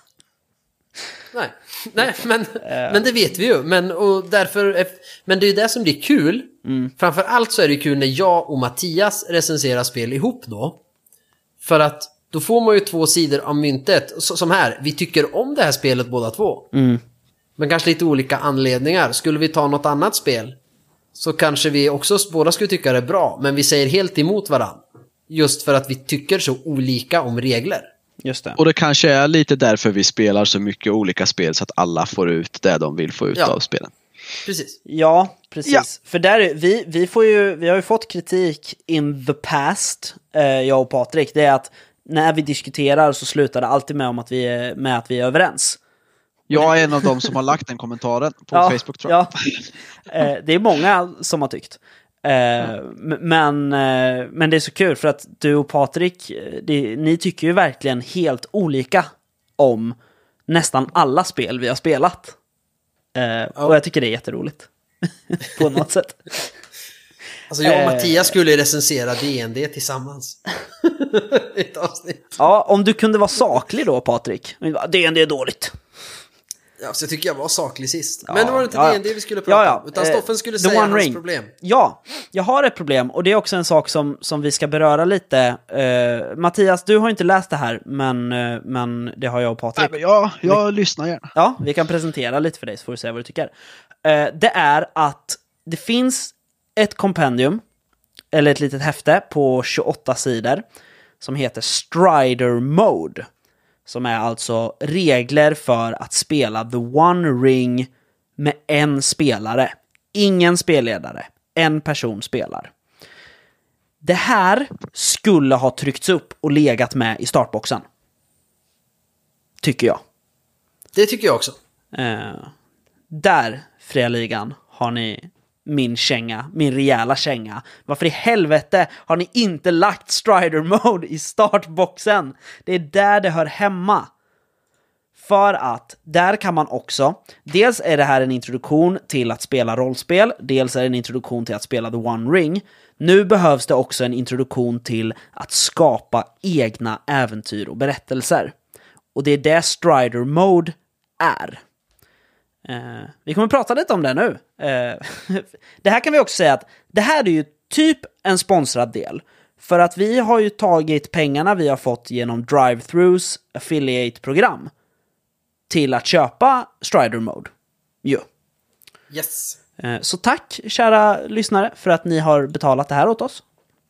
Nej, men det vet vi ju. Men det är ju det som blir kul. Framförallt så är det kul när jag och Mattias recenserar spel ihop då. För att då får man ju 2 sidor av myntet. Som här, vi tycker om det här spelet båda två. Men kanske lite olika anledningar. Skulle vi ta något annat spel, så kanske vi också båda skulle tycka det är bra, men vi säger helt emot varandra. Just för att vi tycker så olika om regler. Just det. Och det kanske är lite därför vi spelar så mycket olika spel, så att alla får ut det de vill få ut av spelen. Precis. Ja, precis. Ja. För där, vi har ju fått kritik in the past, jag och Patrik. Det är att när vi diskuterar så slutar det alltid med att vi är överens. Jag är en av dem som har lagt den kommentaren på Facebook, tror jag. Ja. Det är många som har tyckt. Men det är så kul, för att du och Patrik, ni tycker ju verkligen helt olika om nästan alla spel vi har spelat. Och jag tycker det är jätteroligt. På något sätt. Alltså jag och Mattias skulle recensera D&D tillsammans. Ett avsnitt. Ja, om du kunde vara saklig då, Patrik. D&D är dåligt. Ja, så jag tycker jag var saklig sist. Ja, men det var inte D&D vi skulle prata om. Utan Stoffen skulle säga hans Ring. problem. Ja, jag har ett problem. Och det är också en sak som vi ska beröra lite. Mattias, du har inte läst det här. Men det har jag och Patrik. Nej, men jag lyssnar gärna. Ja, vi kan presentera lite för dig så får du säga vad du tycker. Det är att det finns ett kompendium, eller ett litet häfte på 28 sidor, som heter Strider Mode. Som är alltså regler för att spela The One Ring med en spelare. Ingen spelledare. En person spelar. Det här skulle ha tryckts upp och legat med i startboxen. Tycker jag. Det tycker jag också. Där, Fria Ligan, har ni min känga, min rejäla känga. Varför i helvete har ni inte lagt Strider Mode i startboxen? Det är där det hör hemma. För att där kan man också, dels är det här en introduktion till att spela rollspel, dels är det en introduktion till att spela The One Ring. Nu behövs det också en introduktion till att skapa egna äventyr och berättelser. Och det är det Strider Mode är. Vi kommer prata lite om det nu. Det här kan vi också säga att det här är ju typ en sponsrad del. För att vi har ju tagit pengarna vi har fått genom drive-thrus affiliate-program till att köpa Strider Mode. Jo. Yes. Så tack, kära lyssnare, för att ni har betalat det här åt oss.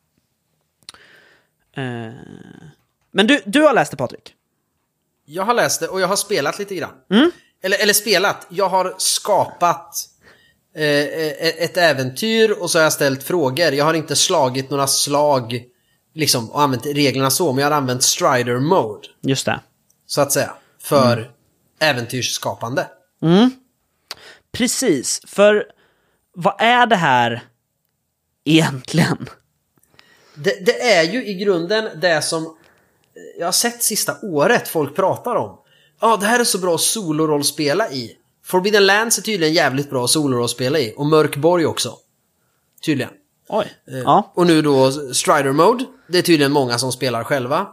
Men du har läst det, Patrik? Jag har läst det och jag har spelat lite grann. Eller spelat. Jag har skapat ett äventyr och så har jag ställt frågor. Jag har inte slagit några slag liksom, och använt reglerna så, men jag har använt Strider Mode. Just det. Så att säga. För äventyrsskapande. Precis, för vad är det här egentligen? Det är ju i grunden det som jag har sett sista året folk pratar om. Ja, det här är så bra solorollspela i. Forbidden Lands är tydligen jävligt bra solorollspela i. Och Mörkborg också. Tydligen. Oj. Ja. Och nu då Strider Mode. Det är tydligen många som spelar själva.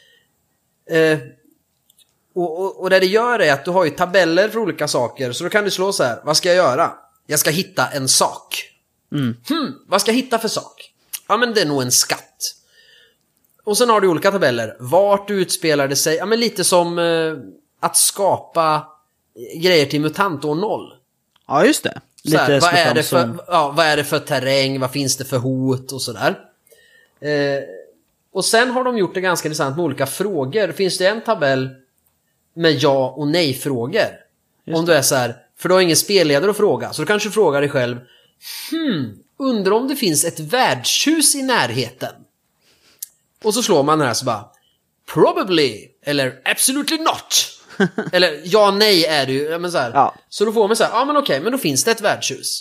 Och det gör är att du har ju tabeller för olika saker. Så då kan du slå så här. Vad ska jag göra? Jag ska hitta en sak. Vad ska jag hitta för sak? Ja, men det är nog en skatt. Och sen har du olika tabeller. Vart utspelar det sig? Ja, men lite som att skapa grejer till MUTANT år 0. Ja, just det. Lite här, vad är det för terräng? Vad finns det för hot? Och sådär. Och sen har de gjort det ganska intressant med olika frågor. Finns det en tabell med ja- och nej-frågor? Om du är så här, för du har ingen spelledare att fråga. Så du kanske frågar dig själv. Undrar om det finns ett värdshus i närheten. Och så slår man den här så bara probably, eller absolutely not. Eller ja, nej är det ju. Ja, men så, här. Ja. Så då får man så här, ja men okej, men då finns det ett värdshus.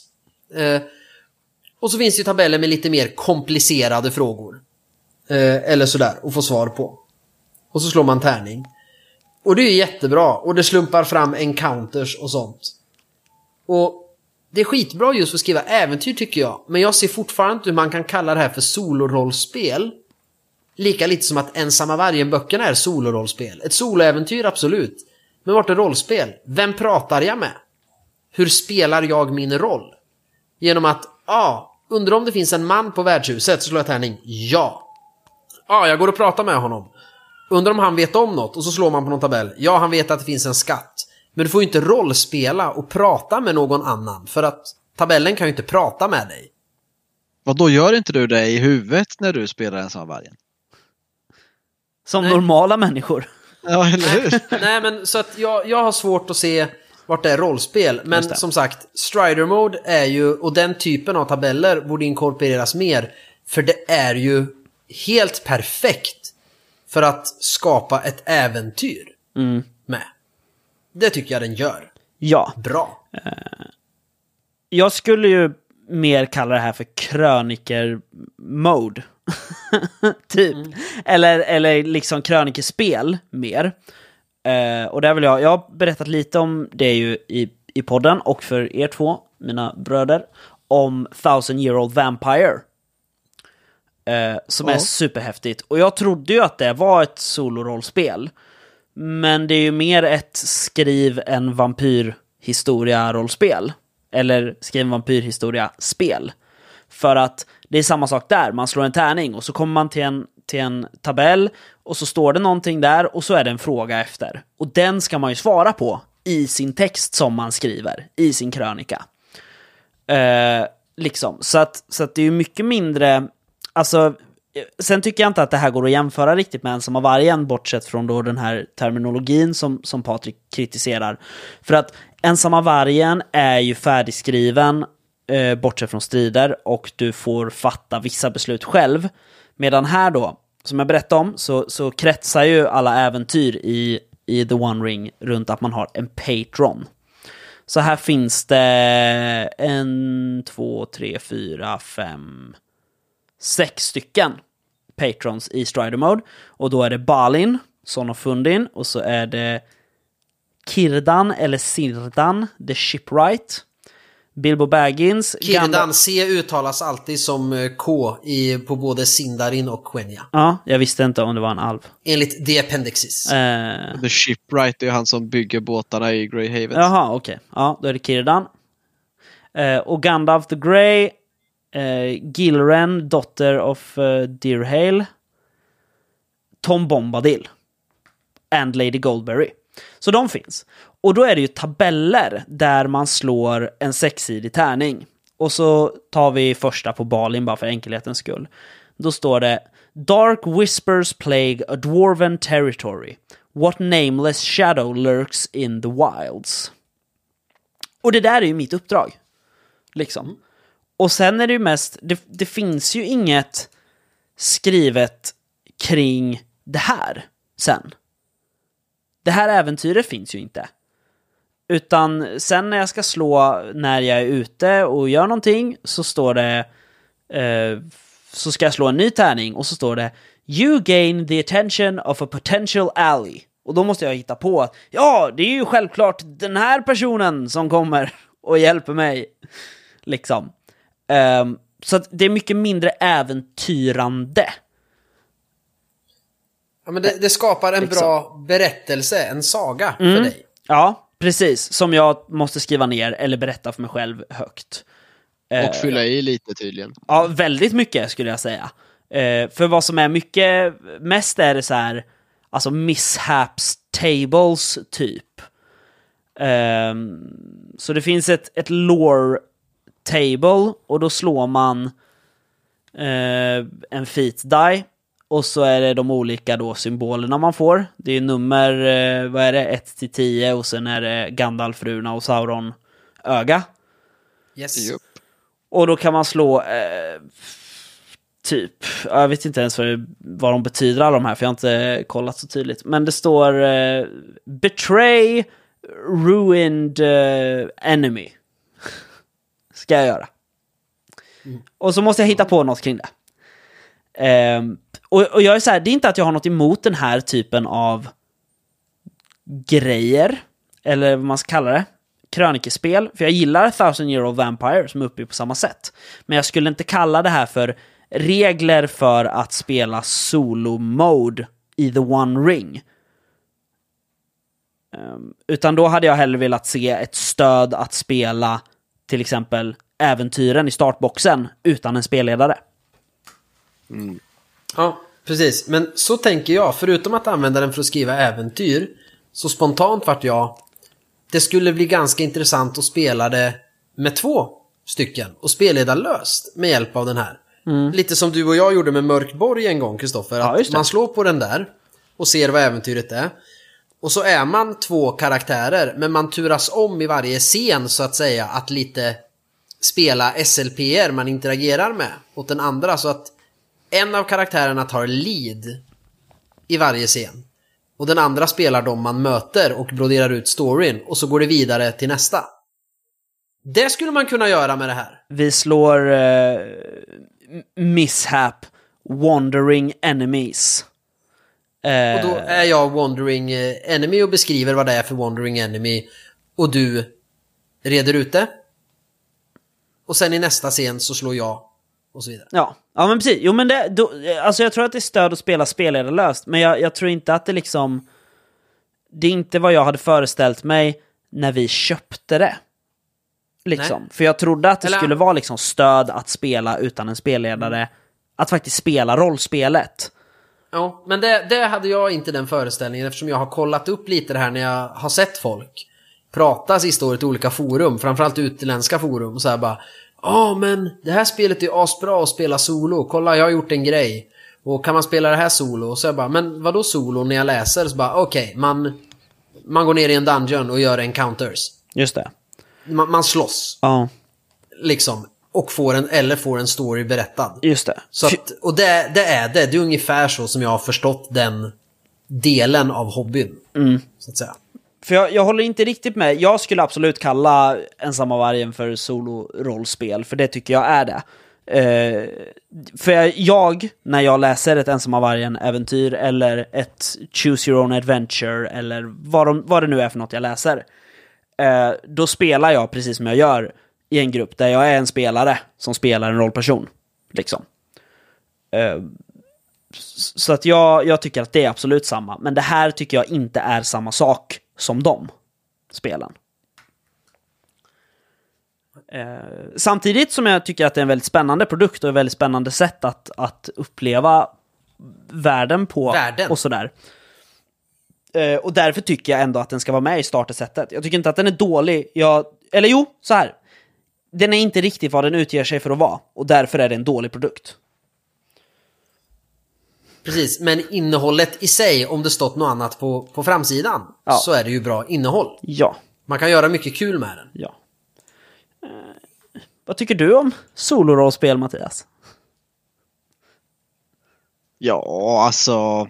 Och så finns det ju tabeller med lite mer komplicerade frågor. Eller sådär, och få svar på. Och så slår man tärning. Och det är ju jättebra. Och det slumpar fram encounters och sånt. Och det är skitbra just för att skriva äventyr tycker jag. Men jag ser fortfarande inte hur man kan kalla det här för solorollspel. Lika lite som att Ensamma vargen-böckerna är solorollspel. Ett soloäventyr, absolut. Men vart är rollspel? Vem pratar jag med? Hur spelar jag min roll? Genom att, undrar om det finns en man på värdshuset, så slår jag tärning. Ja. Jag går och pratar med honom. Undrar om han vet om något, och så slår man på någon tabell. Ja, han vet att det finns en skatt. Men du får ju inte rollspela och prata med någon annan. För att tabellen kan ju inte prata med dig. Vad då gör inte du det i huvudet när du spelar Ensamma vargen? Som normala människor. Ja, eller hur? Nej, men så att jag har svårt att se vart det är rollspel. Men som sagt, Strider Mode är ju, och den typen av tabeller borde inkorporeras mer. För det är ju helt perfekt för att skapa ett äventyr med. Det tycker jag den gör. Ja. Bra. Jag skulle ju mer kalla det här för kröniker-mode. Typ. Eller liksom krönikespel mer. Och där vill jag har berättat lite om det ju i podden och för er två, mina bröder, om 1000 Year Old Vampire. Som är superhäftigt. Och jag trodde ju att det var ett solorollspel. Men det är ju mer ett skriv en vampyrhistoria-rollspel. Eller skriv en vampyrhistoria-spel. För att det är samma sak där. Man slår en tärning och så kommer man till en tabell och så står det någonting där och så är det en fråga efter. Och den ska man ju svara på i sin text som man skriver i sin krönika. Liksom. Så att det är ju mycket mindre... Alltså, sen tycker jag inte att det här går att jämföra riktigt med Ensamma vargen, bortsett från då den här terminologin som Patrik kritiserar. För att Ensamma vargen är ju färdigskriven bortsett från strider och du får fatta vissa beslut själv. Medan här då, som jag berättade om, så kretsar ju alla äventyr i The One Ring runt att man har en patron. Så här finns det 1, 2, 3, 4, 5, 6 stycken patrons i Strider Mode. Och då är det Balin, Son of Fundin, och så är det Círdan eller Círdan, The Shipwright, Bilbo Baggins. Círdan, C uttalas alltid som K på både Sindarin och Quenya. Ja, jag visste inte om det var en alv. Enligt The Appendixes. The Shipwright är han som bygger båtarna i Greyhaven. Jaha, okej. Ja, då är det Círdan. Och Gandalf the Grey Gilren, Daughter of Deerhale, Tom Bombadil and Lady Goldberry. Så de finns. Och då är det ju tabeller där man slår en 6-sidig tärning. Och så tar vi första på Balin bara för enkelhetens skull. Då står det Dark whispers plague a dwarven territory. What nameless shadow lurks in the wilds. Och det där är ju mitt uppdrag. Liksom. Och sen är det ju mest... Det finns ju inget skrivet kring det här sen. Det här äventyret finns ju inte. Utan sen när jag ska slå när jag är ute och gör någonting så står det... så ska jag slå en ny tärning och så står det You gain the attention of a potential ally. Och då måste jag hitta på ja, det är ju självklart den här personen som kommer och hjälper mig. Liksom. Så att det är mycket mindre äventyrande. Ja, men det skapar en liksom. Bra berättelse, en saga för dig. Ja, precis. Som jag måste skriva ner eller berätta för mig själv högt. Och fylla i lite tydligen. Ja, väldigt mycket skulle jag säga. För vad som är mycket, mest är det så här, alltså mishaps tables typ. Så det finns ett lore table och då slår man en feat die och så är det de olika då symbolerna man får. Det är nummer, vad är det, 1-10 och sen är det Gandalf-runa och Sauron öga. Yes. Yep. Och då kan man slå typ, jag vet inte ens vad de betyder alla de här för jag har inte kollat så tydligt. Men det står Betray Ruined Enemy. Ska jag göra. Och så måste jag hitta på något kring det. Och jag är så här, det är inte att jag har något emot den här typen av grejer. Eller vad man ska kalla det. Krönikespel. För jag gillar 1000 Year Old Vampire som är uppe på samma sätt. Men jag skulle inte kalla det här för regler för att spela solo-mode i The One Ring. Utan då hade jag hellre velat se ett stöd att spela till exempel äventyren i startboxen utan en spelledare. Ja, precis. Men så tänker jag, förutom att använda den för att skriva äventyr, så spontant vart jag, det skulle bli ganska intressant att spela det med 2 stycken och spelleda löst med hjälp av den här. Lite som du och jag gjorde med Mörkborg en gång, Kristoffer. Ja, att man slår på den där och ser vad äventyret är. Och så är man 2 karaktärer, men man turas om i varje scen så att säga att lite spela SLPR man interagerar med åt den andra, så att en av karaktärerna tar lead i varje scen. Och den andra spelar de man möter och broderar ut storyn. Och så går det vidare till nästa. Det skulle man kunna göra med det här. Vi slår mishap wandering enemies. Och då är jag wandering enemy och beskriver vad det är för wandering enemy. Och du reder ut det. Och sen i nästa scen så slår jag och så vidare. Ja men precis. Jo, men alltså jag tror att det är stöd att spela spelledarlöst. Men jag tror inte att det liksom... Det är inte vad jag hade föreställt mig när vi köpte det. Liksom. Nej. För jag trodde att det skulle vara liksom stöd att spela utan en spelledare. Att faktiskt spela rollspelet. Ja, men det hade jag inte den föreställningen, eftersom jag har kollat upp lite det här när jag har sett folk prata sista året i olika forum, framförallt utländska forum, och så här bara, men det här spelet är asbra att spela solo, kolla jag har gjort en grej, och kan man spela det här solo? Och så jag bara, men vadå solo? När jag läser så bara, okej, man går ner i en dungeon och gör encounters. Just det. Man slåss. Ja. Liksom. Och får en story berättad. Just det. Så att, och det är ungefär så som jag har förstått den delen av hobbyn. Så att säga. För jag håller inte riktigt med. Jag skulle absolut kalla Ensamma vargen för solo-rollspel. För det tycker jag är det. För när jag läser ett Ensamma vargen-äventyr eller ett Choose Your Own Adventure eller vad det nu är för något jag läser, då spelar jag precis som jag gör i en grupp där jag är en spelare som spelar en rollperson. Liksom. Så att jag tycker att det är absolut samma. Men det här tycker jag inte är samma sak som de spelen. Samtidigt som jag tycker att det är en väldigt spännande produkt och ett väldigt spännande sätt att uppleva världen på och sådär. Och därför tycker jag ändå att den ska vara med i startersättet. Jag tycker inte att den är dålig. Så här. Den är inte riktigt vad den utger sig för att vara. Och därför är det en dålig produkt. Precis, men innehållet i sig, om det stått något annat på framsidan, så är det ju bra innehåll. Ja. Man kan göra mycket kul med den. Ja. Vad tycker du om solorollspel, Mattias? Ja, alltså...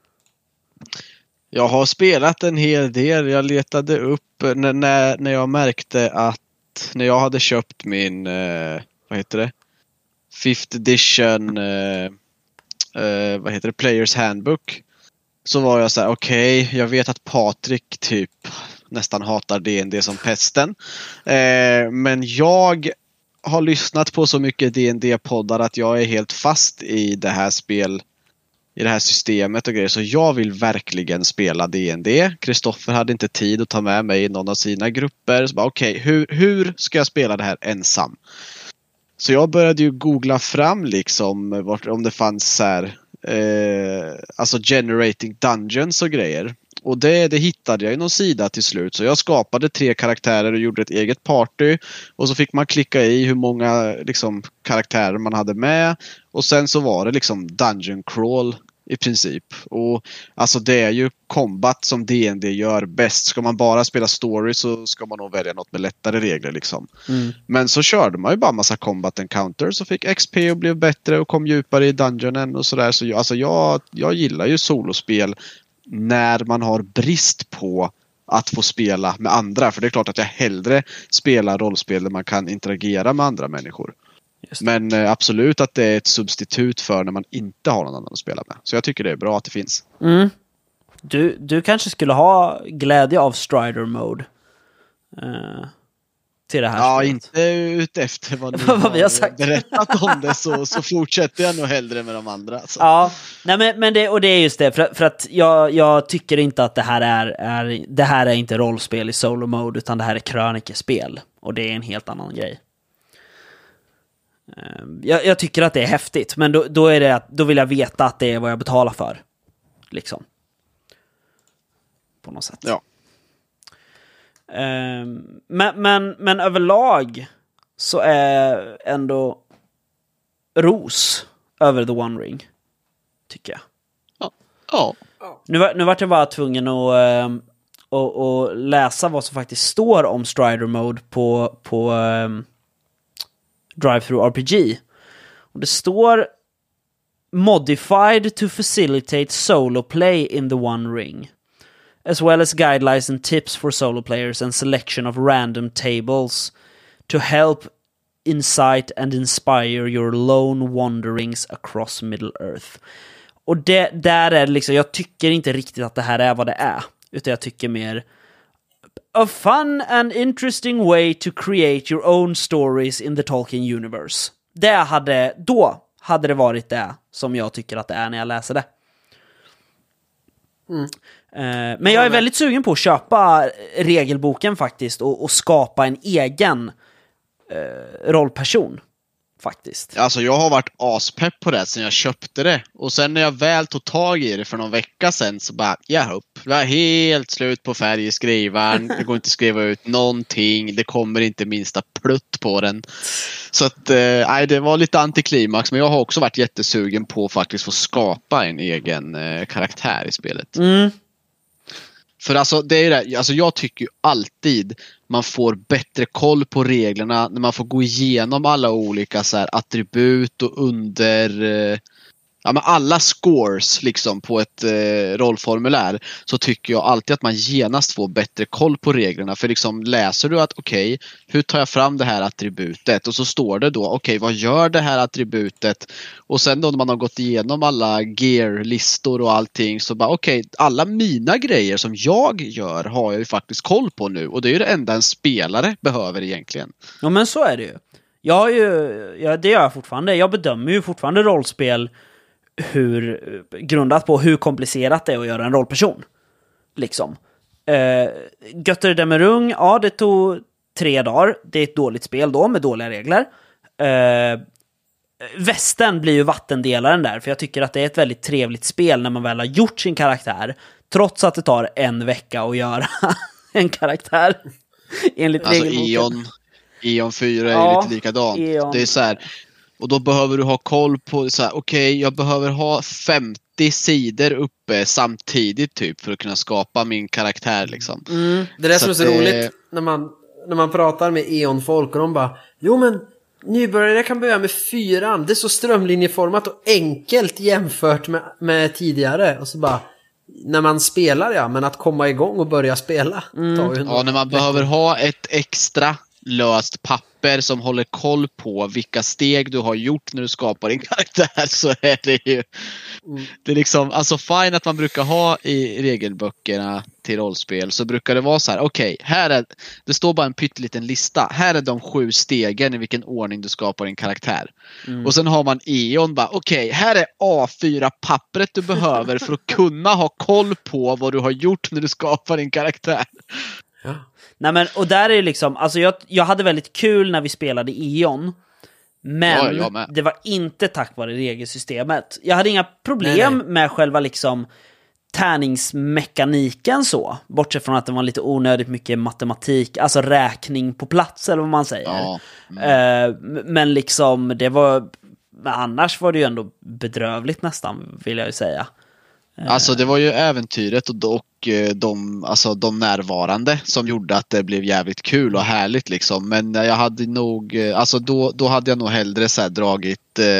Jag har spelat en hel del. Jag letade upp när jag märkte att när jag hade köpt min, vad heter det? 5th edition, vad heter det? Players Handbook. Så var jag så här, okej, jag vet att Patrik typ nästan hatar D&D som pesten. Men jag har lyssnat på så mycket D&D-poddar att jag är helt fast i det här i det här systemet och grejer. Så jag vill verkligen spela D&D. Kristoffer hade inte tid att ta med mig i någon av sina grupper. Så bara, okej, hur ska jag spela det här ensam? Så jag började ju googla fram liksom om det fanns så här, alltså generating dungeons och grejer. Och det hittade jag i någon sida till slut. Så jag skapade 3 karaktärer och gjorde ett eget party. Och så fick man klicka i hur många liksom, karaktärer man hade med. Och sen så var det liksom dungeon crawl i princip. Och alltså det är ju combat som D&D gör bäst. Ska man bara spela story så ska man nog välja något med lättare regler liksom. Men så körde man ju bara massa combat encounters och fick XP och blev bättre och kom djupare i dungeonen och sådär. Så jag gillar ju solospel när man har brist på att få spela med andra. För det är klart att jag hellre spelar rollspel där man kan interagera med andra människor. Men absolut att det är ett substitut för när man inte har någon annan att spela med. Så jag tycker det är bra att det finns. Du kanske skulle ha glädje av Strider Mode till det här spelet. Inte ut efter vad ni vad vi har sagt. Berättat om det så fortsätter jag nog hellre med de andra. Så. Ja, nej, men det är just det. För att jag tycker inte att det här är inte rollspel i solo mode, utan det här är krönikespel. Och det är en helt annan grej. Jag tycker att det är häftigt, men då vill jag veta att det är vad jag betalar för. Liksom. På något sätt. Ja. Men överlag så är ändå ros över The One Ring, tycker jag. Ja. Nu vart jag bara tvungen att läsa vad som faktiskt står om Strider Mode på Drive-Thru RPG. Och det står modified to facilitate solo play in the One Ring, as well as guidelines and tips for solo players and selection of random tables to help incite and inspire your lone wanderings across Middle Earth. Och där är det liksom, jag tycker inte riktigt att det här är vad det är, utan jag tycker mer a fun and interesting way to create your own stories in the Tolkien universe. Då hade det varit det som jag tycker att det är när jag läser det. Men jag är väldigt sugen på att köpa regelboken faktiskt och skapa en egen rollperson faktiskt. Alltså jag har varit aspepp på det sen jag köpte det. Och sen när jag väl tog tag i det för någon vecka sen så bara, jag var helt slut på färg i skrivaren. Det går inte att skriva ut någonting. Det kommer inte minsta plutt på den. Så att, det var lite antiklimax. Men jag har också varit jättesugen på att faktiskt få skapa en egen karaktär i spelet. För alltså, det är det, alltså jag tycker ju alltid man får bättre koll på reglerna när man får gå igenom alla olika så här, attribut och men alla scores liksom på ett rollformulär, så tycker jag alltid att man genast får bättre koll på reglerna. För liksom läser du att okej, hur tar jag fram det här attributet? Och så står det då, okej, vad gör det här attributet? Och sen då när man har gått igenom alla gear-listor och allting, så bara okej, alla mina grejer som jag gör har jag ju faktiskt koll på nu. Och det är ju det enda en spelare behöver egentligen. Ja, men så är det ju. Det gör jag fortfarande. Jag bedömer ju fortfarande rollspel grundat på hur komplicerat det är att göra en rollperson. Liksom. Götter Demerung, ja, det tog 3 dagar. Det är ett dåligt spel då med dåliga regler. Västern blir ju vattendelaren där, för jag tycker att det är ett väldigt trevligt spel när man väl har gjort sin karaktär, trots att det tar 1 vecka att göra en karaktär enligt Alltså regelboken. Eon 4 är lite likadant. Eon. Det är så här, och då behöver du ha koll på så här, okej, jag behöver ha 50 sidor uppe samtidigt typ för att kunna skapa min karaktär liksom. Det är som är så att, roligt när man pratar med Eon-folk och de bara, jo men nybörjare kan börja med 4, det är så strömlinjeformat och enkelt jämfört med tidigare. Och så bara, när man spelar men att komma igång och börja spela tar ju när man behöver ha ett extra löst papper som håller koll på vilka steg du har gjort när du skapar din karaktär, så är det ju det är liksom, alltså fine att man brukar ha i regelböckerna till rollspel, så brukar det vara så här, okej, här är det står bara en pytteliten lista, här är de 7 stegen i vilken ordning du skapar din karaktär. Och sen har man Eon bara, okej, här är A4-pappret du behöver för att kunna ha koll på vad du har gjort när du skapar din karaktär. Nej men, och där är liksom, alltså jag hade väldigt kul när vi spelade Eon, men det var inte tack vare regelsystemet. Jag hade inga problem med själva liksom tärningsmekaniken så, bortsett från att det var lite onödigt mycket matematik, alltså räkning på plats eller vad man säger. Men liksom det var, annars var det ju ändå bedrövligt nästan, vill jag ju säga. Alltså det var ju äventyret och de närvarande som gjorde att det blev jävligt kul och härligt liksom. Men jag hade nog, alltså då hade jag nog hellre så här dragit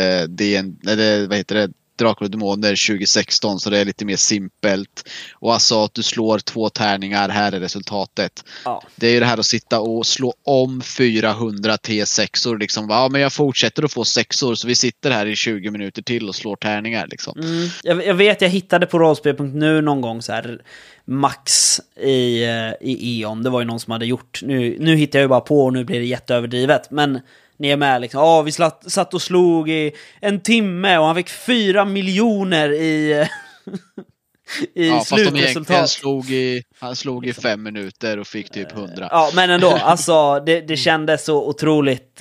Drakar och Demoner 2016, så det är lite mer simpelt. Och alltså att du slår 2 tärningar, här är resultatet. Det är ju det här att sitta och slå om 400 T6-or liksom. Men jag fortsätter att få 6-or, så vi sitter här i 20 minuter till och slår tärningar liksom. Jag vet, jag hittade på rollspel.nu någon gång så här max i Eon. Det var ju någon som hade gjort. Nu hittar jag ju bara på och nu blir det jätteöverdrivet. Men ni är med liksom, vi satt och slog i 1 timme och han fick 4 miljoner i slutresultat. Han slog i 5 minuter och fick typ 100. Ja, men ändå, alltså det kändes så otroligt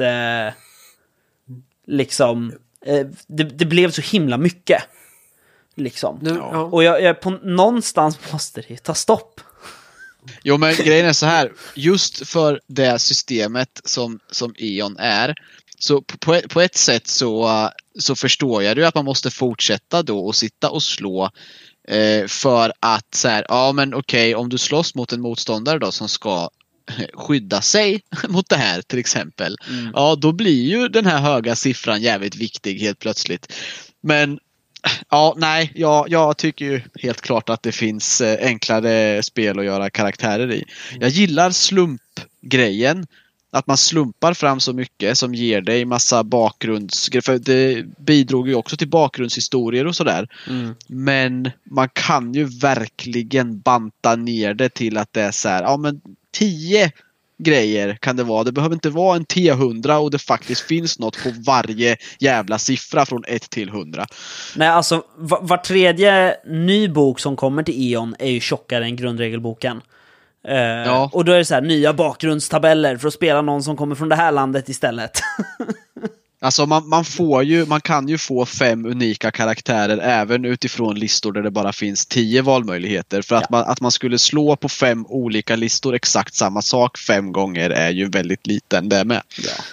liksom, det blev så himla mycket liksom. Och jag på någonstans måste det ta stopp. Jo, men grejen är så här, just för det systemet som Eon är, så på ett sätt så förstår jag ju att man måste fortsätta då och sitta och slå för att så här, men okej, om du slåss mot en motståndare då som ska skydda sig mot det här till exempel, då blir ju den här höga siffran jävligt viktig helt plötsligt. Men jag tycker ju helt klart att det finns enklare spel att göra karaktärer i. Jag gillar slumpgrejen, att man slumpar fram så mycket som ger dig massa bakgrundsgrejer, för det bidrog ju också till bakgrundshistorier och sådär. Men man kan ju verkligen banta ner det till att det är så här, men 10 grejer kan det vara. Det behöver inte vara en T100 och det faktiskt finns något på varje jävla siffra från 1 till 100. Nej, alltså var tredje ny bok som kommer till Eon är ju tjockare än grundregelboken. Och då är det så här, nya bakgrundstabeller för att spela någon som kommer från det här landet istället. Alltså man kan ju få 5 unika karaktärer även utifrån listor där det bara finns 10 valmöjligheter. För att man skulle slå på 5 olika listor exakt samma sak 5 gånger är ju väldigt liten det med.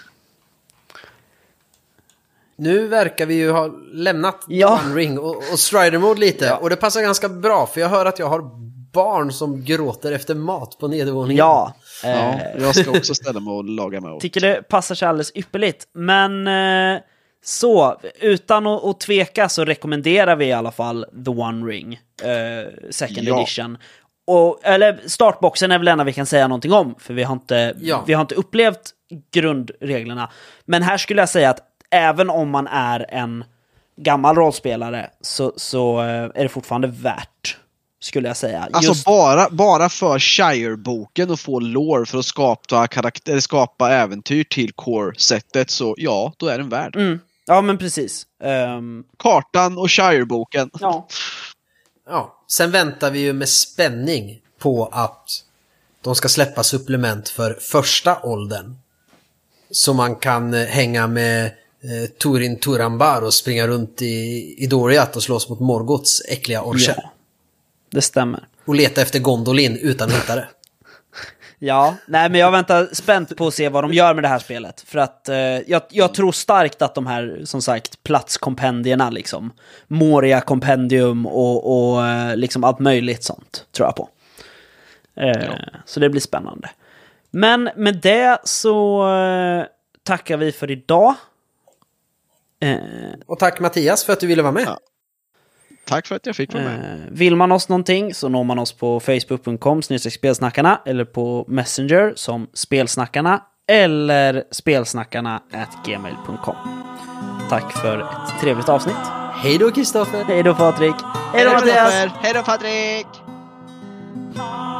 Nu verkar vi ju ha lämnat One Ring och Strider Mode lite. Och det passar ganska bra, för jag hör att jag har barn som gråter efter mat på nedervåningen. Jag ska också ställa mig och laga mat. Tycker det passar sig alldeles ypperligt. Men så, utan att tveka så rekommenderar vi i alla fall The One Ring Second Edition. Eller startboxen är väl ena vi kan säga någonting om, för vi har inte upplevt grundreglerna. Men här skulle jag säga att även om man är en gammal rollspelare så är det fortfarande värt, skulle jag säga. Alltså bara för Shire-boken och få lore för att skapa äventyr till core-sättet, så då är den värd. Ja, men precis. Kartan och Shire-boken. Ja, sen väntar vi ju med spänning på att de ska släppa supplement för första åldern. Så man kan hänga med Turin Turambar och springa runt i Doriath och slåss mot Morgoths äckliga orcher. Ja, det stämmer. Och leta efter Gondolin utan att hitta det. Ja, nej men jag väntar spänt på att se vad de gör med det här spelet. För att jag tror starkt att de här, som sagt, platskompendierna liksom, Moria kompendium och liksom allt möjligt sånt, tror jag på. Så det blir spännande. Men med det så tackar vi för idag. Och tack Mattias för att du ville vara med. Ja. Tack för att jag fick vara med. Vill man oss någonting så når man oss på facebook.com/spelsnackarna eller på Messenger som spelsnackarna eller spelsnackarna@gmail.com. Tack för ett trevligt avsnitt. Hej då Kristoffer. Hej då Patrik. Hej då Mattias. Hej då Patrik.